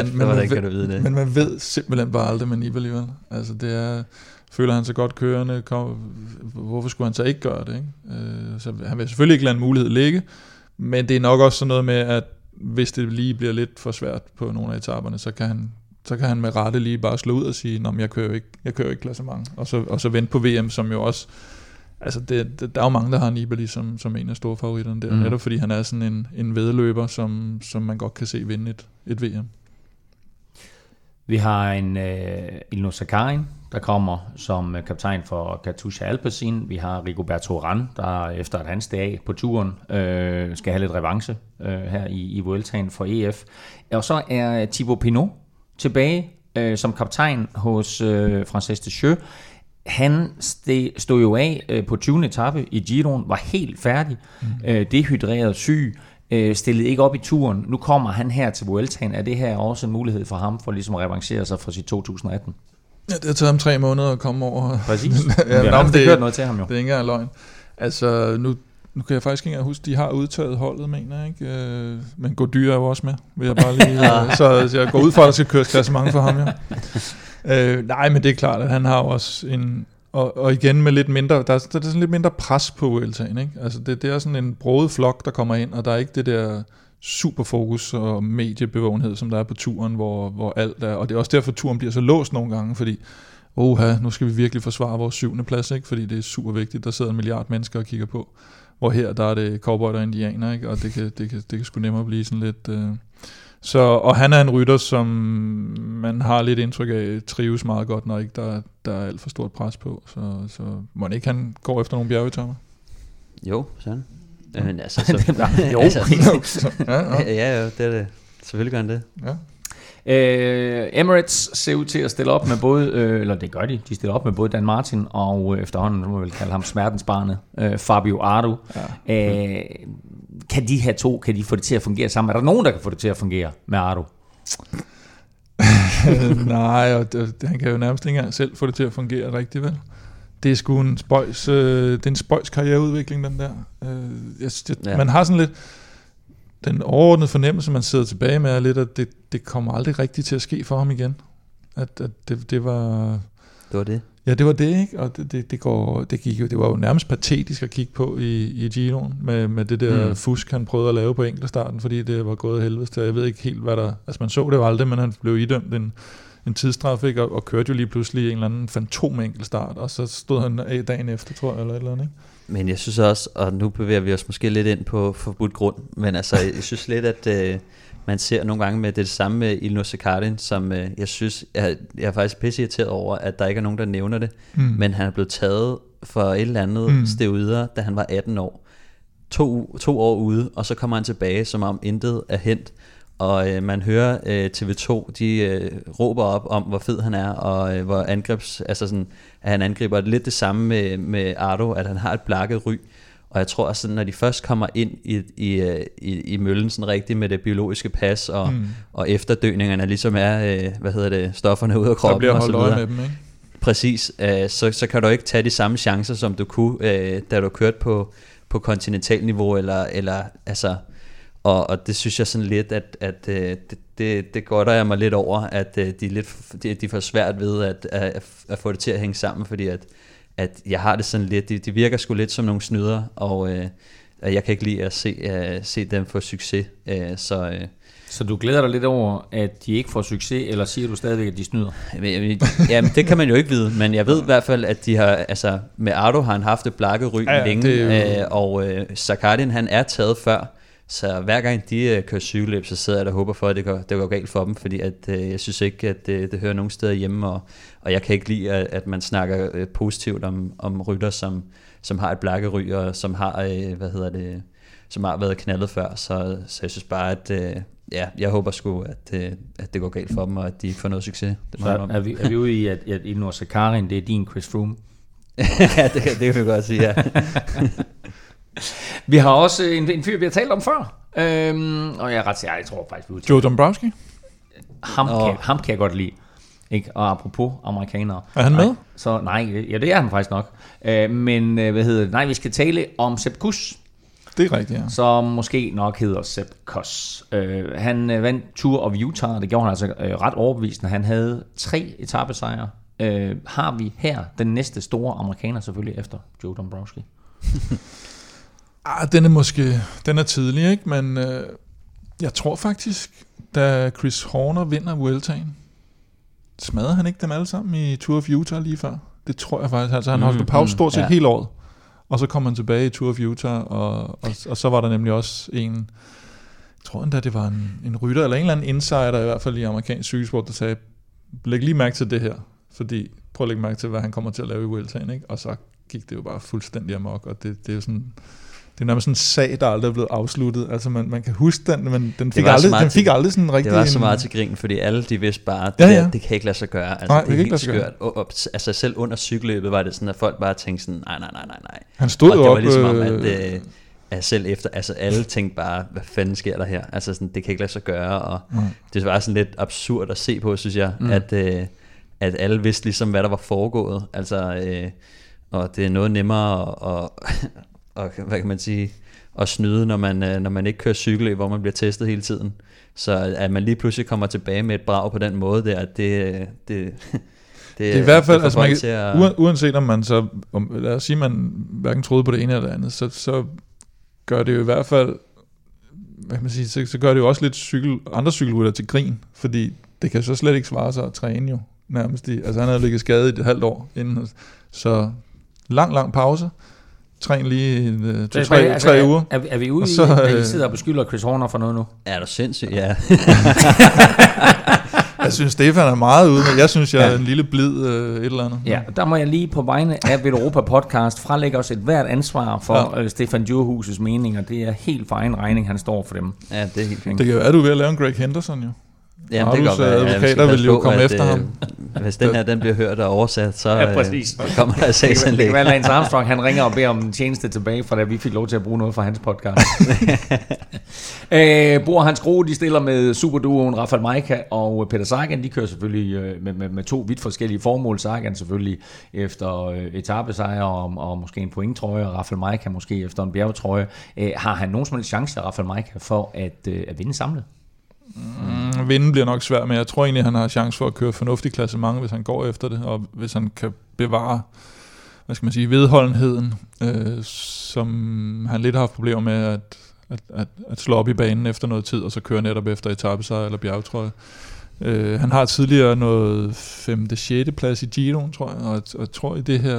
man ved simpelthen bare aldrig med Nibali, vel? Altså det er, føler han sig godt kørende, hvorfor skulle han så ikke gøre det, ikke? Så han vil selvfølgelig ikke lade en mulighed ligge, men det er nok også sådan noget med, at hvis det lige bliver lidt for svært på nogle af etaperne, så kan han med rette lige bare slå ud og sige, jeg kører ikke klassement, og så vente på VM, som jo også, altså der er jo mange, der har Nibali som en af store favoritterne der, netop fordi han er sådan en vedløber, som man godt kan se vinde et VM. Vi har en Ilno Sakarin, der kommer som kaptajn for Katusha Alpecin. Vi har Rigoberto Urán, der efter et hans dag på turen skal have lidt revanche her i Vueltaen for EF. Og så er Thibaut Pinot tilbage som kaptajn hos Frances Deschamps. Han stod jo af på 20. etape i Giroen, var helt færdig, dehydreret, syg, stillede ikke op i turen. Nu kommer han her til Vueltaen. Er det her også en mulighed for ham for ligesom at revancere sig fra sit 2018? Ja, det har taget ham 3 måneder at komme over. Præcis. Det hørt noget til ham jo. Det er ikke engang løgn. Altså, nu kan jeg faktisk ikke engang huske, de har udtaget holdet, mener jeg, ikke? Men Gaudu er jo også med, vil jeg bare lige. Så jeg går ud fra, at der skal køres klassement for ham, ja. Nej, men det er klart, at han har også en... Og igen med lidt mindre, der er sådan lidt mindre pres på Vueltaen, ikke? Altså det er sådan en broget flok, der kommer ind, og der er ikke det der superfokus og mediebevågenhed, som der er på turen, hvor alt er, og det er også derfor, turen bliver så låst nogle gange, fordi nu skal vi virkelig forsvare vores 7. plads, ikke? Fordi det er super vigtigt, der sidder 1 milliard mennesker og kigger på, hvor her, der er det cowboy og indianer, ikke? Og det kan sgu nemmere blive sådan lidt... Så, og han er en rytter, som man har lidt indtryk af, trives meget godt, når ikke der er alt for stort pres på. Så må ikke han går efter nogle bjergetopper? Jo, sådan. Men altså, jo. Ja, det er det. Selvfølgelig gør han det. Ja. Emirates ser ud til at stille op med både, eller det gør de stiller op med både Dan Martin og efterhånden, nu må vi vel kalde ham smertensbarnet, Fabio Aru. Ja. Kan de her to, kan de få det til at fungere sammen? Er der nogen, der kan få det til at fungere med Aru? Nej, og han kan jo nærmest ikke engang selv få det til at fungere rigtigt, vel? Det er sgu en spøjs karriereudvikling, den der. Man har sådan lidt... Den overordnede fornemmelse, man sidder tilbage med, er lidt, at det kommer aldrig rigtigt til at ske for ham igen. At det var... Det var det? Ja, det var det, ikke? Og det var jo nærmest patetisk at kigge på i Giroen, med det der fusk, han prøvede at lave på enkeltstarten, fordi det var gået helvedes til. Jeg ved ikke helt, hvad der... Altså, man så det jo aldrig, men han blev idømt en tidsstraf, ikke? Og kørte jo lige pludselig en eller anden fantom enkeltstart, og så stod han af dagen efter, tror jeg, eller et eller andet, ikke? Men jeg synes også, og nu bevæger vi os måske lidt ind på forbudt grund, men altså, jeg synes lidt, at man ser nogle gange med det samme med Ilno Sakarin, som jeg synes, jeg er faktisk pisse irriteret over, at der ikke er nogen, der nævner det, men han er blevet taget for et eller andet steroider, da han var 18 år. 2 år ude, og så kommer han tilbage, som om intet er hent. Og man hører TV2, de råber op om, hvor fed han er, og hvor at han angriber. Det lidt det samme med Ardo, at han har et blakket ry. Og jeg tror, at når de først kommer ind i møllen sådan rigtigt med det biologiske pas, og efterdøningerne ligesom er, stofferne ud af kroppen. Der bliver holdt øje med dem, ikke? Præcis, så kan du ikke tage de samme chancer, som du kunne, da du kørte på kontinentalniveau, eller altså... Og det synes jeg sådan lidt, at det godter jeg mig lidt over, at de får svært ved at få det til at hænge sammen, fordi at jeg har det sådan lidt, de virker sgu lidt som nogle snyder, og jeg kan ikke lide at se dem få succes. Så du glæder dig lidt over, at de ikke får succes, eller siger du stadigvæk, at de snyder? Jamen, det kan man jo ikke vide, men jeg ved i hvert fald, at de har, altså med Ardo har han haft et blakket ryg længe, og Sakarin, han er taget før. Så hver gang de kører cykelløb, så sidder jeg der og håber for, at det går galt for dem, fordi at, jeg synes ikke, at det hører nogen steder hjemme, og jeg kan ikke lide, at man snakker positivt om rytter, som har et blakket ry, og som har, som har været knaldet før, så jeg synes bare, at jeg håber sgu, at det går galt for dem, og at de ikke får noget succes. Så er vi ude i, at Ilno Sakarin, det er din Chris Froome? Ja, det kan vi godt sige, ja. Vi har også en fyr, vi har talt om før. Og jeg er ret sikker, jeg tror faktisk, vi Joe Dombrowski? Ham kan jeg godt lide. Ikke? Og apropos amerikanere. Er han med? Så nej, ja, det er han faktisk nok. Men vi skal tale om Sepp Kuss. Det er rigtigt, ja. Som måske nok hedder Sepp Kuss. Han vandt Tour of Utah, det gjorde han altså ret overbevisende. Han havde 3 etapesejre. Har vi her den næste store amerikaner selvfølgelig efter Joe Dombrowski? Den er tidlig, ikke? Men jeg tror faktisk, da Chris Horner vinder Vueltaen, smadrer han ikke dem alle sammen i Tour of Utah lige før? Det tror jeg faktisk. Altså han holdt pause stort set hele året. Og så kom han tilbage i Tour of Utah, og så var der nemlig også en, jeg tror endda det var en rytter, eller en eller anden insider i hvert fald i amerikansk cykelsport, der sagde, læg lige mærke til det her, fordi prøv at lægge mærke til, hvad han kommer til at lave i Vueltaen, ikke? Og så gik det jo bare fuldstændig amok, og det er jo sådan, det er nærmest sådan en sag, der aldrig er blevet afsluttet. Altså man kan huske den, men den fik aldrig sådan rigtig... Det var så meget til grin, fordi alle de vidste bare, det kan ikke lade sig gøre. Altså, nej, det er helt skørt. Altså selv under cykelløbet var det sådan, at folk bare tænkte sådan, nej. Han stod og jo det op... var ligesom om, at selv efter, altså alle tænkte bare, hvad fanden sker der her? Altså sådan, det kan ikke lade sig gøre, og det var sådan lidt absurd at se på, synes jeg, at alle vidste ligesom, hvad der var foregået. Altså, og det er noget nemmere og hvad kan man sige, at snyde, når man ikke kører cykel, hvor man bliver testet hele tiden. Så at man lige pludselig kommer tilbage med et brag på den måde der, det er i hvert fald, altså uanset om man så, lad os sige, man hverken troede på det ene eller det andet, så gør det jo i hvert fald, hvad kan man sige, så gør det jo også lidt andre cykelrytter til grin, fordi det kan så slet ikke svare sig at træne jo, nærmest. Altså han havde ligget skadet i et halvt år inden, så lang pause. Træn lige 3 uger. Er vi ude i, at I sidder og beskylder Chris Horner for noget nu? Er du sindssygt, ja. Jeg synes, Stefan er meget ude, men jeg synes, jeg er en lille blid et eller andet. Ja, der må jeg lige på vegne af Europa Podcast frelægge os et hvert ansvar for Stefan Djurhuses meninger. Det er helt for egen regning, han står for dem. Ja, det er helt fint. Det kan jo være, du er ved at lave en Greg Henderson jo. Ja, det kan godt være. Advokater vil jo komme efter ham. Hvis den her den bliver hørt og oversat, så kommer der sagsanlæg. Det kan være, Lance Armstrong han ringer og beder om en tjeneste tilbage, fra da vi fik lov til at bruge noget fra hans podcast. Bo og Hans Grohe, de stiller med superduoen Rafael Majka og Peter Sagan. De kører selvfølgelig med 2 vidt forskellige formål. Sagan selvfølgelig efter etapesejre og måske en pointtrøje, og Rafael Majka måske efter en bjergetrøje. Har han nogen som helst chance, Rafael Majka, for at vinde samlet? Vinden bliver nok svært, men jeg tror egentlig, han har chance for at køre fornuftig klassement, hvis han går efter det, og hvis han kan bevare, hvad skal man sige, vedholdenheden, som han lidt har haft problemer med at slå op i banen efter noget tid, og så køre netop efter etapesejr eller bjergetrøje. Han har tidligere noget 5. 6. plads i Giroen, tror jeg, og jeg tror i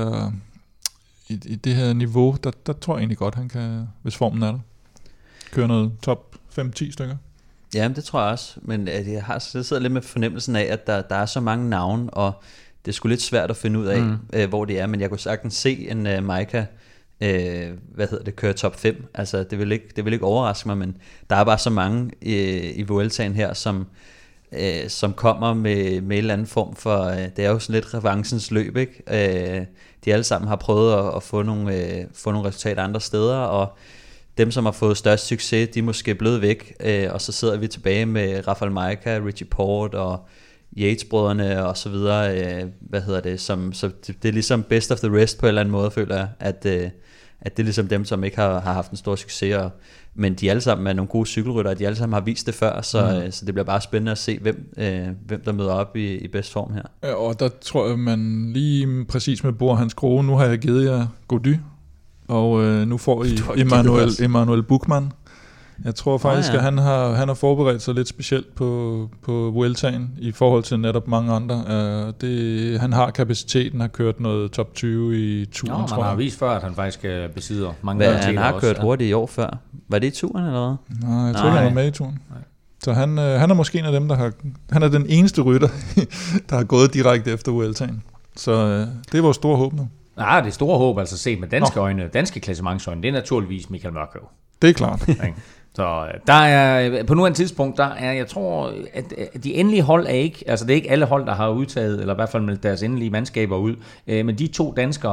det her niveau, der tror jeg egentlig godt, han kan, hvis formen er der, køre noget top 5-10 stykker. Ja, det tror jeg også, men jeg sidder lidt med fornemmelsen af, at der er så mange navne, og det er sgu lidt svært at finde ud af, hvor det er, men jeg kunne sagtens se en Majka, køre top 5, altså det vil ikke overraske mig, men der er bare så mange i Vueltaen her, som kommer med en eller anden form for, det er jo sådan lidt revancens løb, ikke? De alle sammen har prøvet at få nogle resultater andre steder, og dem, som har fået størst succes, de er måske blevet væk, og så sidder vi tilbage med Rafael Majka, Richie Porte og Yates-brødrene og så videre, så det er ligesom best of the rest på en eller anden måde, føler jeg, at det er ligesom dem, som ikke har haft en stor succes, men de alle sammen er nogle gode cykelryttere, de alle sammen har vist det før, så det bliver bare spændende at se, hvem der møder op i bedst form her. Ja, og der tror jeg, man lige præcis med Bo og Hans Grohe, nu har jeg givet jer Gody, og nu får I Emmanuel Buchmann. Jeg tror faktisk, at han har forberedt sig lidt specielt på Vueltaen i forhold til netop mange andre. Han har kapaciteten, har kørt noget top 20 i turen, tror jeg. Man har vist før, at han faktisk besidder mange han har kørt hurtigt i år før. Var det i turen eller hvad? Nej, jeg tror han var med i turen. Nej. Så han er måske en af dem, han er den eneste rytter, der har gået direkte efter Vueltaen. Så det er vores store håb nu. Nej, det store håb, altså set med danske øjne, danske klassementsøjne, det er naturligvis Michael Mørkøv. Det er klart. Så der er, på nuværende tidspunkt, jeg tror, at de endelige hold er ikke, altså det er ikke alle hold, der har udtaget, eller i hvert fald med deres endelige mandskaber ud, men de 2 danskere,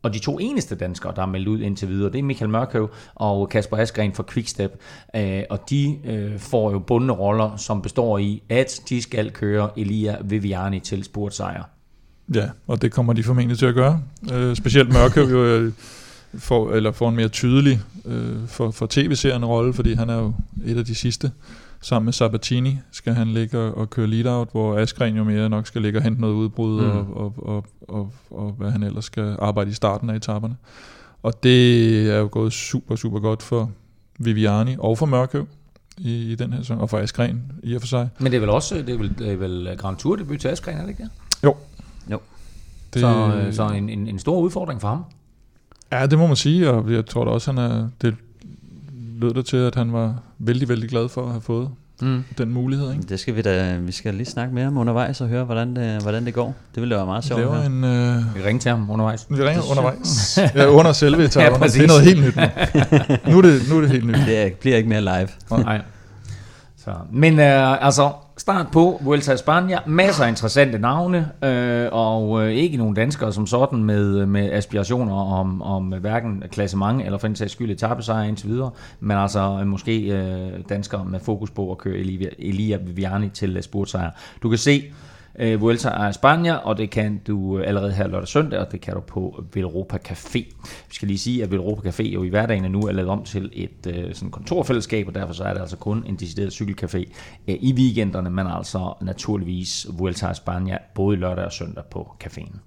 Og de 2 eneste danskere, der er meldt ud indtil videre, det er Michael Mørkøv og Kasper Asgreen fra Quickstep. Og de får jo bundne roller, som består i, at de skal køre Elia Viviani til spurtsejr. Ja, og det kommer de formentlig til at gøre. Specielt Mørkøv jo får en mere tydelig for tv-serien rolle, fordi han er jo et af de sidste. Sammen med Sabatini skal han ligge og køre lead-out, hvor Asgreen jo mere nok skal ligge og hente noget udbrud, og hvad han ellers skal arbejde i starten af etaperne. Og det er jo gået super, super godt for Viviani og for Mørkøv i den her sæson, og for Asgreen i og for sig. Men det er vel også det er vel Grand Tour debut til Asgreen, er det ikke det? Jo. Det... Så en stor udfordring for ham. Ja, det må man sige, og jeg tror da også, det lød der til, at han var vældig, vældig glad for at have fået den mulighed. Ikke? Det skal vi skal lige snakke mere om undervejs og høre, hvordan det går. Det ville være meget sjovt. Vi ringer til ham undervejs. Vi ringer undervejs. Ja, under selve etappen. Ja, det er noget helt nyt nu. Nu er det helt nyt. Det bliver ikke mere live. Nej. Så. Men start på Vuelta a España, masser af interessante navne, og ikke nogen danskere som sådan med aspirationer om hverken klassement eller for den sags skyld etapesejr indtil videre, men altså måske danskere med fokus på at køre Elia Viviani til spurtsejr. Du kan se Vuelta a España, og det kan du allerede her lørdag søndag, og det kan du på Velropa Café. Vi skal lige sige, at Velropa Café jo i hverdagen nu er lavet om til et sådan kontorfællesskab, og derfor så er det altså kun en decideret cykelcafé i weekenderne, men altså naturligvis Vuelta a España både lørdag og søndag på caféen.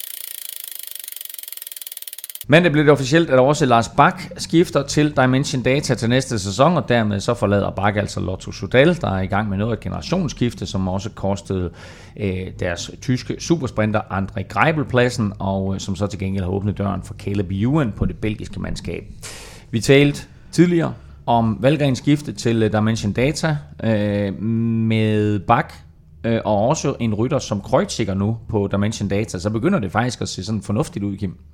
Men det blev det officielt, at også Lars Bak skifter til Dimension Data til næste sæson, og dermed så forlader Bak altså Lotto Soudal, der er i gang med noget af et generationsskifte, som også kostede deres tyske supersprinter André Greipel pladsen, og som så til gengæld har åbnet døren for Caleb Ewan på det belgiske mandskab. Vi talte tidligere om Valgrens skifte til Dimension Data med Bak, og også en rytter som Kreuziger nu på Dimension Data, så begynder det faktisk at se sådan fornuftigt ud, Kim.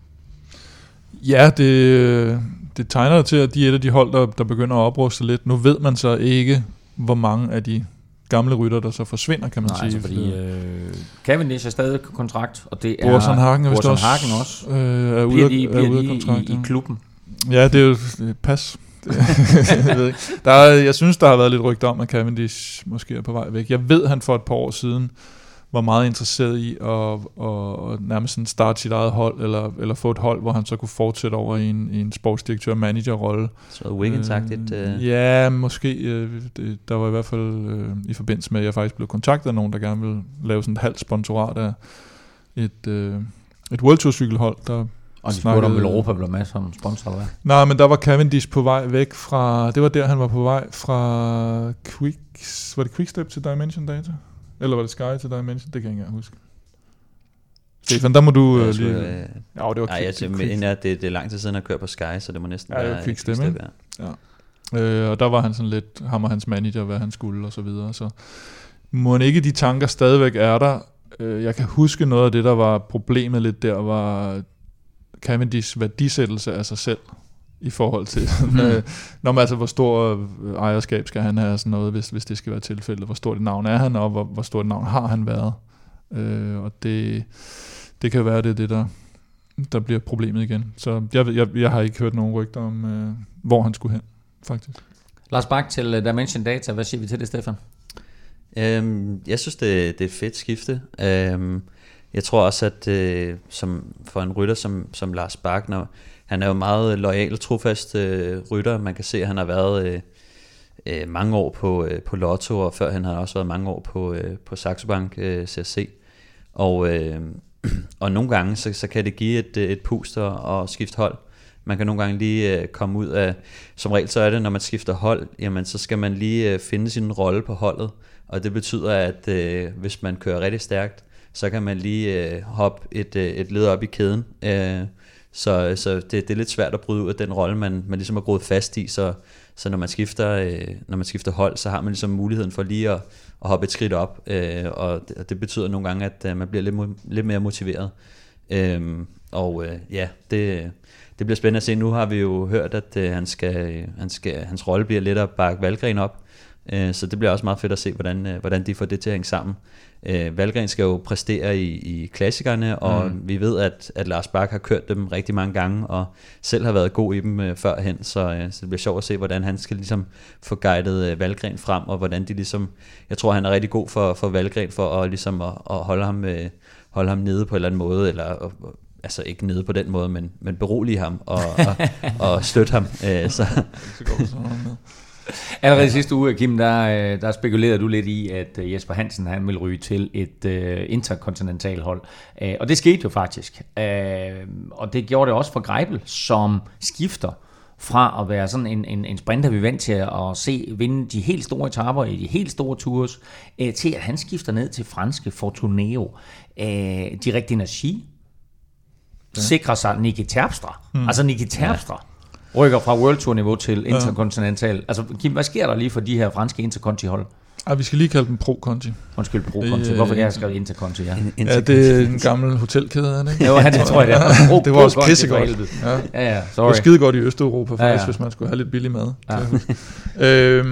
Ja, det tegner til, at de er et af de hold, der begynder at opruste lidt. Nu ved man så ikke, hvor mange af de gamle rytter, der så forsvinder, kan man sige. Altså fordi Cavendish er stadig kontrakt, og det er Borson Hagen også. Er ude af kontrakt i klubben. Ja, det er jo pas. Jeg ved ikke. Jeg synes, der har været lidt rygter om, at Cavendish måske er på vej væk. Jeg ved, han for et par år siden var meget interesseret i at nærmest sådan starte sit eget hold, eller få et hold, hvor han så kunne fortsætte over i en sportsdirektør-manager-rolle. Så Wiggins-agtigt? Ja, måske. Der var i hvert fald i forbindelse med, at jeg faktisk blev kontaktet af nogen, der gerne ville lave sådan et halvt sponsorat af et World Tour cykelhold, der og de spurgte om Europa blev med som sponsor, eller hvad? Nej, men der var Cavendish på vej væk fra, det var der, han var på vej fra var det Quickstep til Dimension Data? Eller var det Sky til Dimension? Det kan jeg ikke engang huske. Stefan, der må du lige... det var det er lang tid siden, at køre på Sky, så det må næsten være Quickstep, ja. Og der var han sådan lidt, ham og hans manager, hvad han skulle og så videre. Så må ikke de tanker stadigvæk er der. Jeg kan huske noget af det, der var problemet lidt der, var Cavendish værdisættelse af sig selv i forhold til, når man altså, hvor stor ejerskab skal han have, sådan noget, hvis det skal være tilfældet. Hvor stort et navn er han, og hvor stort et navn har han været. Og det kan være, det der bliver problemet igen. Så jeg har ikke hørt nogen rygter om, hvor han skulle hen, faktisk. Lars Bak til Dimension Data. Hvad siger vi til det, Stefan? Jeg synes, det er et fedt skifte. Jeg tror også, at som for en rytter som Lars Bak, han er jo meget loyal, trofast rytter. Man kan se, at han har været mange år på Lotto, og før han har også været mange år på Saxo Bank CSC. Og nogle gange, så kan det give et pust og skifte hold. Man kan nogle gange lige komme ud af, som regel så er det, når man skifter hold, jamen så skal man lige finde sin rolle på holdet. Og det betyder, at hvis man kører rigtig stærkt, så kan man lige hoppe et led op i kæden. Så det er lidt svært at bryde ud af den rolle, man ligesom er groet fast i. Så når man skifter hold, så har man ligesom muligheden for lige at hoppe et skridt op. Og det betyder nogle gange, at man bliver lidt mere motiveret. Det bliver spændende at se. Nu har vi jo hørt, at hans rolle bliver lidt at bakke Valgren op. Så det bliver også meget fedt at se, hvordan de får det til at hænge sammen. Valgren skal jo præstere i klassikerne, og vi ved, at Lars Bak har kørt dem rigtig mange gange, og selv har været god i dem førhen, så det bliver sjovt at se, hvordan han skal ligesom få guidet Valgren frem, og hvordan de ligesom, jeg tror, han er rigtig god for Valgren, for at, ligesom at holde ham nede på en eller anden måde, eller altså ikke nede på den måde, men berolige ham, og støtte ham. Så. Allerede sidste uge, Kim, der spekulerede du lidt i, at Jesper Hansen han ville ryge til et interkontinental hold. Og det skete jo faktisk. Og det gjorde det også for Greipel, som skifter fra at være sådan en sprinter, vi er vant til at vinde de helt store etaper i de helt store tours, til at han skifter ned til franske Fortuneo. Direct Energie sikrer sig Niki Terpstra. Altså Niki Terpstra rykker fra World Tour niveau til interkontinental. Altså Kim, hvad sker der lige for de her franske interconti-hold? Vi skal lige kalde dem Pro-Conti. Undskyld, Pro-Conti. Hvorfor jeg har skrevet interconti? Ja, det er en gammel hotelkæde, er det ikke? Jo, det tror jeg det er. Det var også pissegodt. Ja, sorry. Det var skide godt i Østeuropa faktisk, hvis man skulle have lidt billig mad. Ja.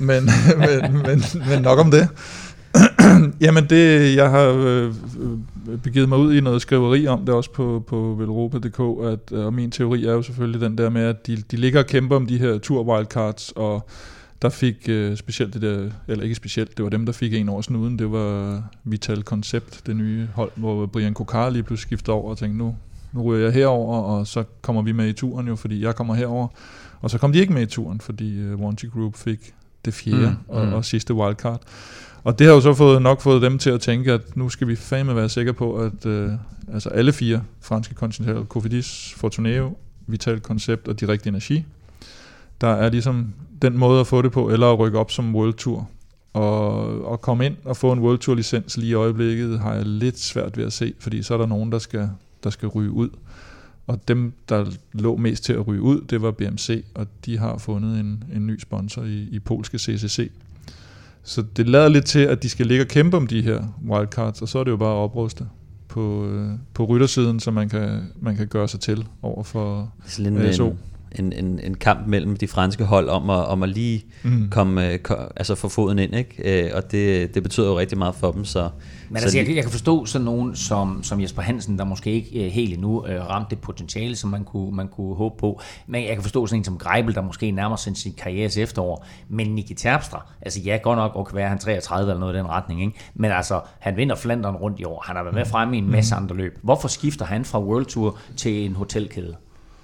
Men nok om det. Jamen jeg har begivet mig ud i noget skriveri om det også på Velropa.dk, og min teori er jo selvfølgelig den der med, at de ligger og kæmper om de her Tour Wildcards, og der fik specielt det der, eller ikke specielt, det var dem, der fik en over snuden, det var Vital Concept, det nye hold, hvor Brian Kokar lige pludselig skiftede over og tænkte, nu ryger jeg herover, og så kommer vi med i turen jo, fordi jeg kommer herover. Og så kom de ikke med i turen, fordi Wanty Group fik det fjerde og sidste wildcard. Og det har jo så fået dem til at tænke, at nu skal vi fandme være sikre på, at altså alle 4 franske kontinentaler, Cofidis, Fortuneo, Vital Concept og Direct Energie, der er ligesom den måde at få det på, eller at rykke op som World Tour. Og komme ind og få en World Tour licens lige i øjeblikket, har jeg lidt svært ved at se, fordi så er der nogen, der skal ryge ud. Og dem, der lå mest til at ryge ud, det var BMC, og de har fundet en ny sponsor i polske CCC. Så det lader lidt til, at de skal ligge og kæmpe om de her wildcards, og så er det jo bare at opruste på ryttersiden, så man kan gøre sig til over for ASO. En kamp mellem de franske hold om at lige altså få foden ind, ikke? Og det betyder jo rigtig meget for dem. Men altså, jeg kan forstå sådan nogen som Jesper Hansen, der måske ikke helt endnu ramte det potentiale, som man kunne håbe på. Men jeg kan forstå sådan en som Greipel, der måske nærmer sig sin karrieres efterår. Men Niki Terpstra, altså godt nok okay, være han 33 eller noget i den retning, ikke? Men altså, han vinder Flandern rundt i år. Han har været med fremme i en masse andre løb. Hvorfor skifter han fra World Tour til en hotelkæde?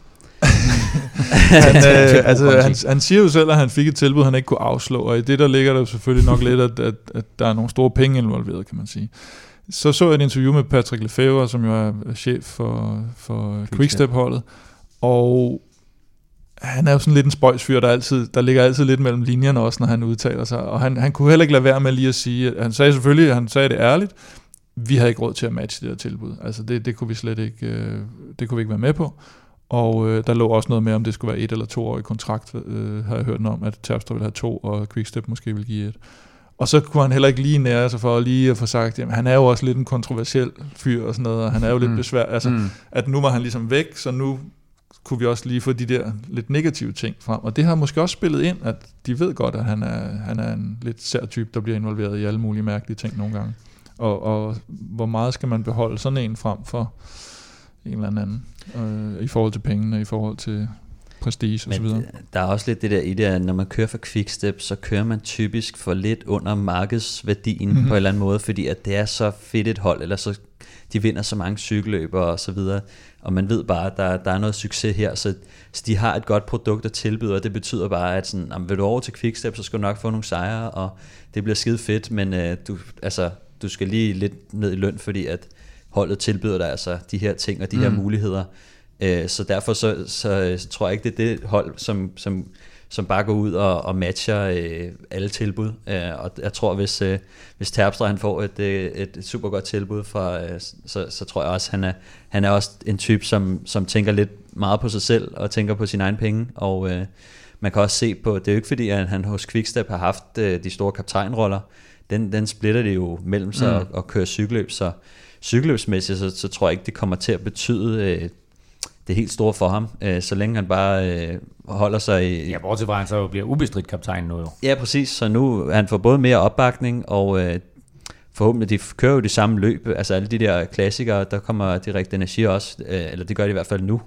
Han siger jo selv, at han fik et tilbud, han ikke kunne afslå, og i det der ligger der jo selvfølgelig nok lidt, at der er nogle store penge involveret, kan man sige. Så jeg et interview med Patrick Lefevre, som jo er chef for Quickstep-holdet, og han er jo sådan lidt en spøjsfyr, der ligger altid lidt mellem linjerne også, når han udtaler sig, og han kunne heller ikke lade være med lige at sige, han sagde det ærligt, vi havde ikke råd til at matche det der tilbud, altså det kunne vi slet ikke, det kunne vi ikke være med på. Og der lå også noget med, om det skulle være 1 eller 2 år i kontrakt, har jeg hørt noget om, at Terpstra ville have 2, og Quickstep måske ville give 1. Og så kunne han heller ikke lige nære sig for lige at få sagt, jamen han er jo også lidt en kontroversiel fyr og sådan noget, og han er jo lidt besvær, altså at nu var han ligesom væk, så nu kunne vi også lige få de der lidt negative ting frem. Og det har måske også spillet ind, at de ved godt, at han er en lidt sær type, der bliver involveret i alle mulige mærkelige ting nogle gange. Og hvor meget skal man beholde sådan en frem for en eller anden, i forhold til pengene, i forhold til prestige og så videre. Der er også lidt det der i det, at når man kører for Quickstep, så kører man typisk for lidt under markedsværdien på en eller anden måde, fordi at det er så fedt et hold, eller så de vinder så mange cykelløber og så videre, og man ved bare, at der er noget succes her, så de har et godt produkt at tilbyde, og det betyder bare, at sådan, vil du over til Quickstep, så skal du nok få nogle sejre, og det bliver skide fedt, men du skal lige lidt ned i løn, fordi at holdet tilbyder dig altså de her ting og de her muligheder. Så derfor så tror jeg ikke, det er det hold, som bare går ud og matcher alle tilbud. Og jeg tror, hvis Terpstra han får et super godt tilbud fra, så tror jeg også, han er også en type, som tænker lidt meget på sig selv og tænker på sine egne penge. Og man kan også se på, det er jo ikke fordi, at han hos Quickstep har haft de store kaptajnroller. Den splitter det jo mellem sig og kører cykelløb, så cykelløbsmæssigt, så tror jeg ikke, det kommer til at betyde det helt store for ham, så længe han bare holder sig i... Ja, bortset fra han så bliver ubestridt kaptajn nu jo. Ja, præcis, så nu han får både mere opbakning, og forhåbentlig, de kører jo de samme løb, altså alle de der klassikere, der kommer direkte energi også, eller det gør de i hvert fald nu,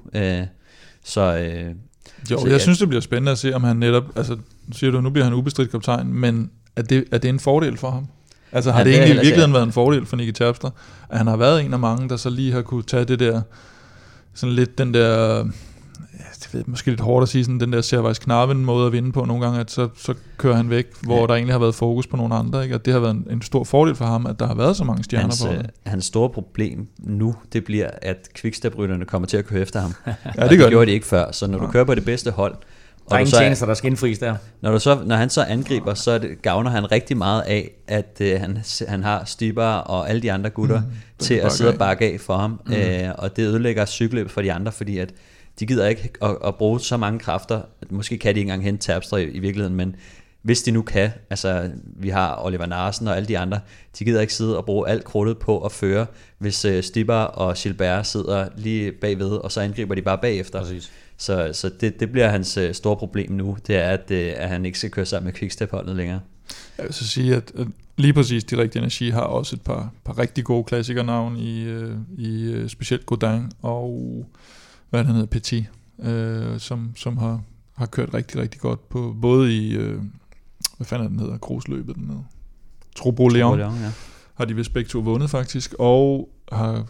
Jeg synes, det bliver spændende at se, om han netop, altså siger du, nu bliver han ubestridt kaptajn, men er det en fordel for ham? Altså har det egentlig i virkeligheden været en fordel for Nicky Terpstra, at han har været en af mange, der så lige har kunne tage det der, sådan lidt den der, det ved måske lidt hårdt at sige, sådan den der Servais Knarven måde at vinde på nogle gange, at så kører han væk, hvor der egentlig har været fokus på nogle andre, ikke? At det har været en stor fordel for ham, at der har været så mange stjerner på ham. Hans store problem nu, det bliver, at Quickstep-rytterne kommer til at køre efter ham. Ja, det gjorde de ikke før, så når du kører på det bedste hold, der er ingen tjenester, der skal indfries der. Når han så angriber, så gavner han rigtig meget af, at han har Stieber og alle de andre gutter til at sidde og bakke af for ham. Og det ødelægger cykelløb for de andre, fordi at de gider ikke at bruge så mange kræfter. Måske kan de ikke engang hente Terpstra i virkeligheden, men hvis de nu kan, altså vi har Oliver Narsen og alle de andre, de gider ikke sidde og bruge alt krudtet på at føre, hvis Stieber og Gilbert sidder lige bagved, og så angriber de bare bagefter. Præcis. Så det bliver hans store problem nu, det er, at han ikke skal køre sammen med Quickstep-holdet længere. Jeg vil så sige, at lige præcis Direct Energy har også et par rigtig gode klassikernavn i specielt Godin og hvad han hedder, Petit, som har kørt rigtig, rigtig godt på, både i, hvad fanden den hedder, grusløbet dernede. Troubaud-Léon, ja. Har de vist begge to vundet faktisk, og har,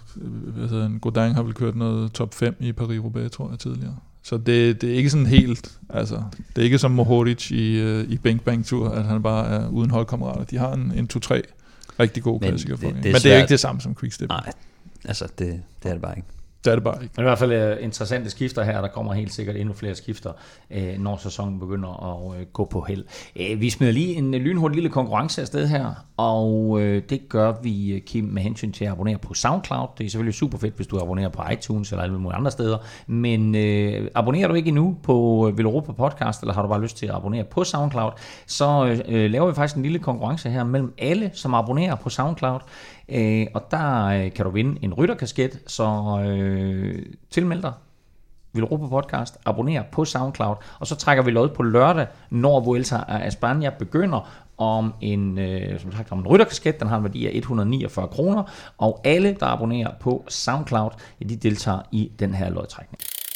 Godin har vel kørt noget top 5 i Paris-Roubaix, tror jeg, tidligere. Så det er ikke sådan helt, altså, det er ikke som Mohoric i Bang Bang Tour, at han bare er uden holdkammerater. De har en 2-3 rigtig gode klassikere for men det er ikke det samme som Quickstep. Nej, altså det er det bare ikke. Det er det bare ikke. Men i hvert fald interessante skifter her. Der kommer helt sikkert endnu flere skifter, når sæsonen begynder at gå på held. Vi smider lige en lynhurtig lille konkurrence afsted her, og det gør vi, Kim, med hensyn til at abonnere på SoundCloud. Det er selvfølgelig super fedt, hvis du abonnerer på iTunes eller alle mulige andre steder. Men abonnerer du ikke endnu på Veloropa Podcast, eller har du bare lyst til at abonnere på SoundCloud, så laver vi faktisk en lille konkurrence her mellem alle, som abonnerer på SoundCloud. Og der kan du vinde en rytterkasket, så tilmeld dig Veloropa Podcast, abonner på SoundCloud, og så trækker vi lod på lørdag, når Vuelta a España begynder, om en rytterkasket. Den har en værdi af 149 kroner, og alle, der abonnerer på SoundCloud, de deltager i den her lodtrækning.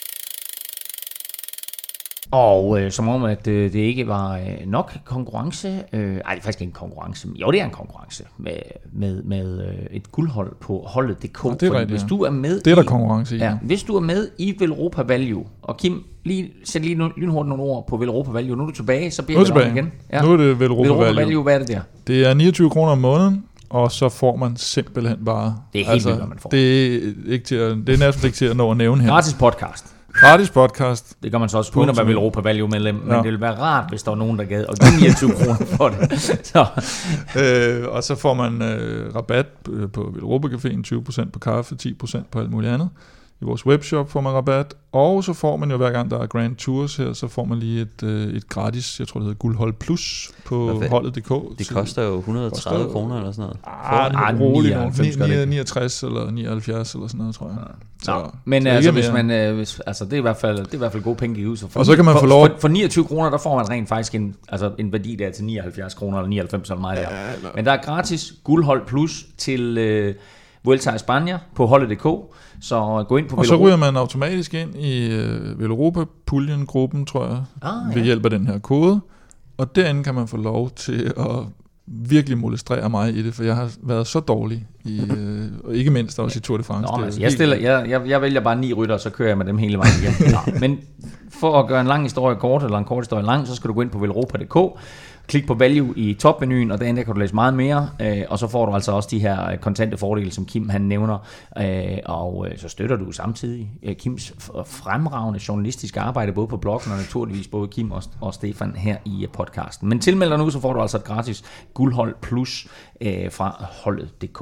Og som om, at det ikke var nok konkurrence, det er faktisk ikke en konkurrence, jo, det er en konkurrence med et guldhold på holdet.dk. Ja, det er rigtigt, hvis du er med det er der konkurrence i. Ja, hvis du er med i Veloropa Value, og Kim, sæt lige lynhurtigt nogle ord på Veloropa Value. Nu er du tilbage, så bliver det igen. Ja. Nu er det Veloropa Value. Hvad er det der? Det er 29 kroner om måneden, og så får man simpelthen bare... Det er helt vildt, hvad man får. Det er næsten ikke til at nå at nævne her. Gratis podcast. Gratis podcast. Det gør man så også uden at være Veloropa Value medlem, men det ville være rart, hvis der var nogen, der gad og give 29 kroner for det. Så. Og så får man rabat på Veloropa Caféen, 20% på kaffe, 10% på alt muligt andet. I vores webshop får man rabat, og så får man jo hver gang der er Grand Tours her, så får man lige et gratis, jeg tror det hedder Guldhold Plus på holdet.dk. Det koster jo 130 kroner eller sådan noget. Roligt, 69 eller 79 eller sådan noget, tror jeg. Så, men altså, hvis man, det er i hvert fald gode penge givet. Og så kan man få lov... For 29 kroner, der får man rent faktisk en værdi der til 79 kroner eller 99 eller meget der. Men der er gratis Guldhold Plus til Vuelta a España på holdet.dk. Så gå ind på og så ryger man automatisk ind i Veloropa-puljen-gruppen, tror jeg, ved hjælp af den her kode. Og derinde kan man få lov til at virkelig molestrere mig i det, for jeg har været så dårlig, og ikke mindst også i Tour de France. Jeg vælger bare 9 rytter, så kører jeg med dem hele vejen igen. Men for at gøre en lang historie kort, eller en kort historie lang, så skal du gå ind på veloropa.dk, klik på value i topmenuen, og derinde kan du læse meget mere, og så får du altså også de her kontante fordele, som Kim han nævner, og så støtter du samtidig Kims fremragende journalistiske arbejde, både på bloggen og naturligvis både Kim og Stefan her i podcasten. Men tilmeld dig nu, så får du altså et gratis Guldhold Plus fra holdet.dk.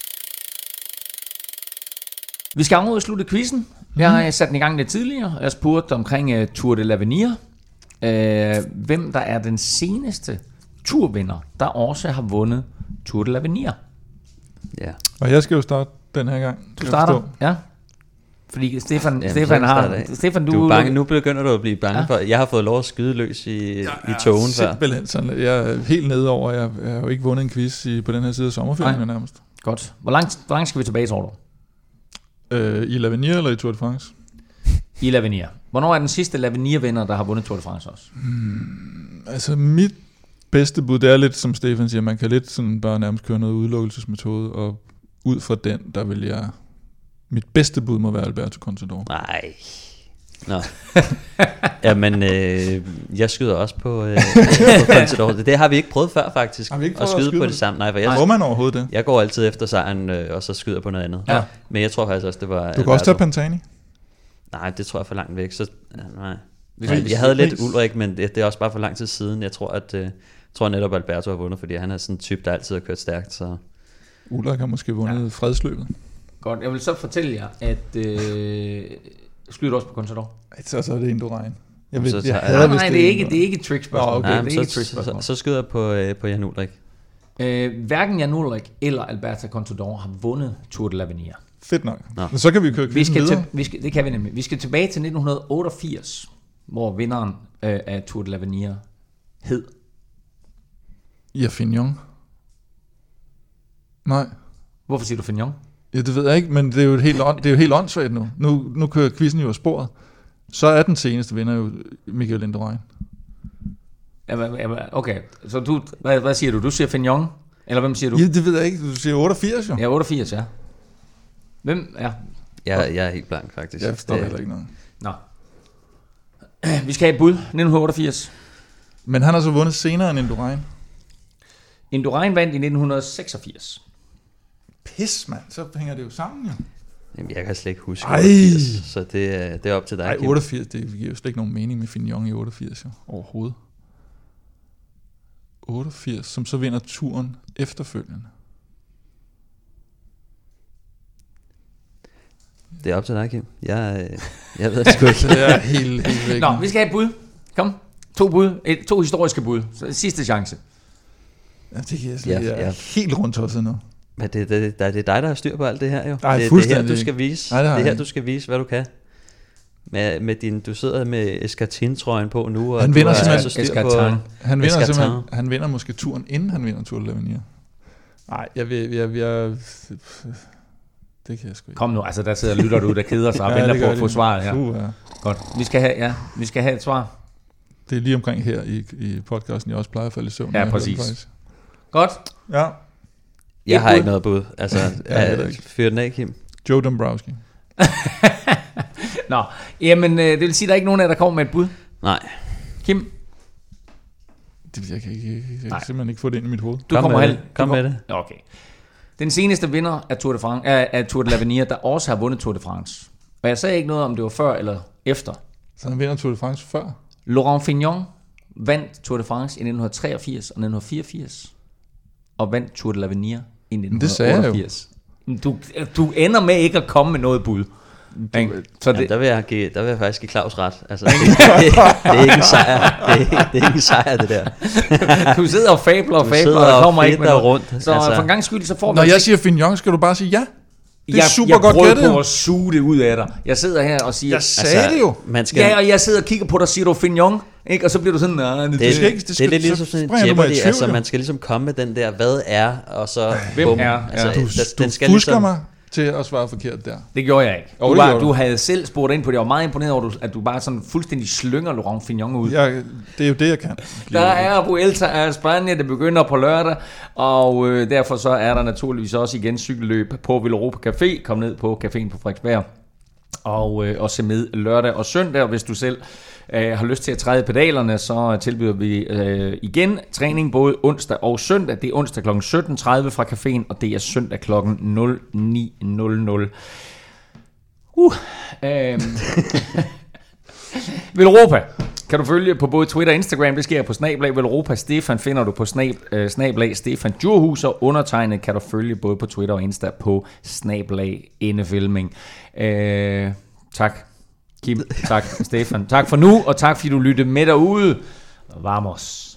Vi skal afslutte quizzen. Jeg har sat den i gang lidt tidligere. Jeg spurgte omkring Tour de l'Avenir. Hvem der er den seneste turvinder, der også har vundet Tour de l'Avenir. Ja. Og jeg skal jo starte den her gang. Du starter, ja. Fordi Stefan du er bange. Nu begynder du at blive bange for. Jeg har fået lov at skyde løs i togen før. Simpelthen sådan. Jeg er helt nede over. Jeg har jo ikke vundet en quiz på den her side af sommerferien nærmest. Godt. Hvor langt skal vi tilbage, tror du? I L'Avenir eller i Tour de France? I L'Avenir. Hvornår er den sidste L'Avenir-vinder, der har vundet Tour de France også? Altså mit bedste bud, det er lidt som Stefan siger, man kan lidt sådan bare nærmest køre noget udelukkelsesmetode, og ud fra den, der vil jeg... Mit bedste bud må være Alberto Contador. Nej. Nå. Jamen, jeg skyder også på Contador. Det har vi ikke prøvet før, faktisk. Har vi ikke prøvet at skyde på det samme? Nej, for må man overhovedet det? Jeg går altid efter sejren, og så skyder på noget andet. Ja. Men jeg tror faktisk også, det var... Du kan også tage Pantani? Nej, det tror jeg er for langt væk. Så, nej. Jeg havde lidt Ulrik, men det er også bare for lang tid siden. Jeg tror netop Alberto har vundet, fordi han er sådan en type, der altid har kørt stærkt. Så. Ulrik har måske vundet fredsløbet. Godt, jeg vil så fortælle jer, at skyder du også på Contador? Så er det Indurain. Nej, det er ikke et trick-spørgsmål. Okay. Så skyder jeg på Jan Ulrik. Hverken Jan Ulrik eller Alberto Contador har vundet Tour de l'Avenir. Fedt nok. Men så kan vi køre quizzen videre. Det kan vi nemlig. Vi skal tilbage til 1988, hvor vinderen af Tour de l'Avenir hed... Ja, Fignon. Nej. Hvorfor siger du Fignon? Ja, det ved jeg ikke, men det er jo helt åndssvagt nu. Nu kører quizzen jo af sporet. Så er den seneste vinder jo Michael Indurain. Okay, så du, hvad siger du? Du siger Fignon? Eller hvem siger du? Ja, det ved jeg ikke. Du siger 88 jo. Ja, 88, ja. Hvem? Ja. Jeg er helt blank, faktisk. Jeg forstår heller ikke noget. Nå. Vi skal have et bud. 1988. Men han har så vundet senere end Indurain. Indurain vandt i 1986. Pis, mand. Så hænger det jo sammen, jo. Jamen, jeg kan slet ikke huske 88, så det er op til dig. Nej, 88, det giver jo slet ikke nogen mening med Fignon i 88, jo. Overhovedet. 88, som så vinder turen efterfølgende. Det er op til dig, Kim. Jeg ved det sgu ikke. Det er helt væk. Nå, vi skal have et bud. Kom. 2 bud. 2 historiske bud. Så sidste chance. Ja, det kan jeg slet ikke. Jeg er helt rundt tosset nu. Men det er dig, der har styr på alt det her, jo. Nej, det er her, du skal vise. Det er her, du skal vise, hvad du kan. Med din, du sidder med Escartin-trøjen på nu, og han vinder simpelthen han vinder måske turen, inden han vinder Tour de l'Avenir. Nej, jeg det kan jeg sgu ikke. Kom nu, altså der sidder lytter du, der keder sig og venter på at få svaret her. Ja. Godt, vi skal have et svar. Det er lige omkring her i podcasten, jeg også plejer at falde i søvn. Ja, præcis. Godt. Ja. Jeg har ikke noget bud. Altså, fyr den af, Kim. Joe Dombrowski. Nå, jamen det vil sige, at der er ikke nogen af jer, der kommer med et bud. Nej. Kim? Jeg kan simpelthen ikke få det ind i mit hoved. Kom med det. Okay. Den seneste vinder af Tour de l'Avenir, der også har vundet Tour de France. Og jeg sagde ikke noget om det var før eller efter. Så han vinder Tour de France før? Laurent Fignon vandt Tour de France i 1983 og 1984. Og vandt Tour de l'Avenir i 1988. Du ender med ikke at komme med noget bud. Så det, der vil jeg faktisk give Claus ret. Altså, det er ikke en sejr. Det er ikke en sejr, det der. Du sidder og fabler og kommer ikke med noget. Rundt. Så for en gang skyld, så får vi... Når jeg siger Fignon, skal du bare sige ja? Det er super godt gættet. Jeg prøver på at suge det ud af dig. Jeg sidder her og siger... Jeg sagde det jo. Ja, og jeg sidder og kigger på dig, siger du Fignon, ikke? Og så bliver du sådan... Det er lidt ligesom sådan en Jeopardy. Altså, man skal ligesom komme med den der, hvad er, og så... Hvem er? Du fusker mig til at svare forkert der. Det gjorde jeg ikke. Du havde selv spurgt ind på det. Jeg var meget imponeret over, at du bare sådan fuldstændig slynger Laurent Fignon ud. Ja, det er jo det, jeg kan. Der er Vuelta a España, det begynder på lørdag, og derfor så er der naturligvis også igen cykelløb på Villeuropa Café. Kom ned på caféen på Frederiksberg og se med lørdag og søndag. Og hvis du selv har lyst til at træde pedalerne, så tilbyder vi igen træning både onsdag og søndag. Det er onsdag kl. 17.30 fra caféen, og det er søndag kl. 09.00. Villeuropa kan du følge på både Twitter og Instagram. Det sker på @Villeuropa. Stefan finder du på @Stefan Djurhus, og undertegnet kan du følge både på Twitter og Insta på @Indefilming. Tak Kim, tak Stefan, tak for nu, og tak fordi du lyttede med derude. Vamos.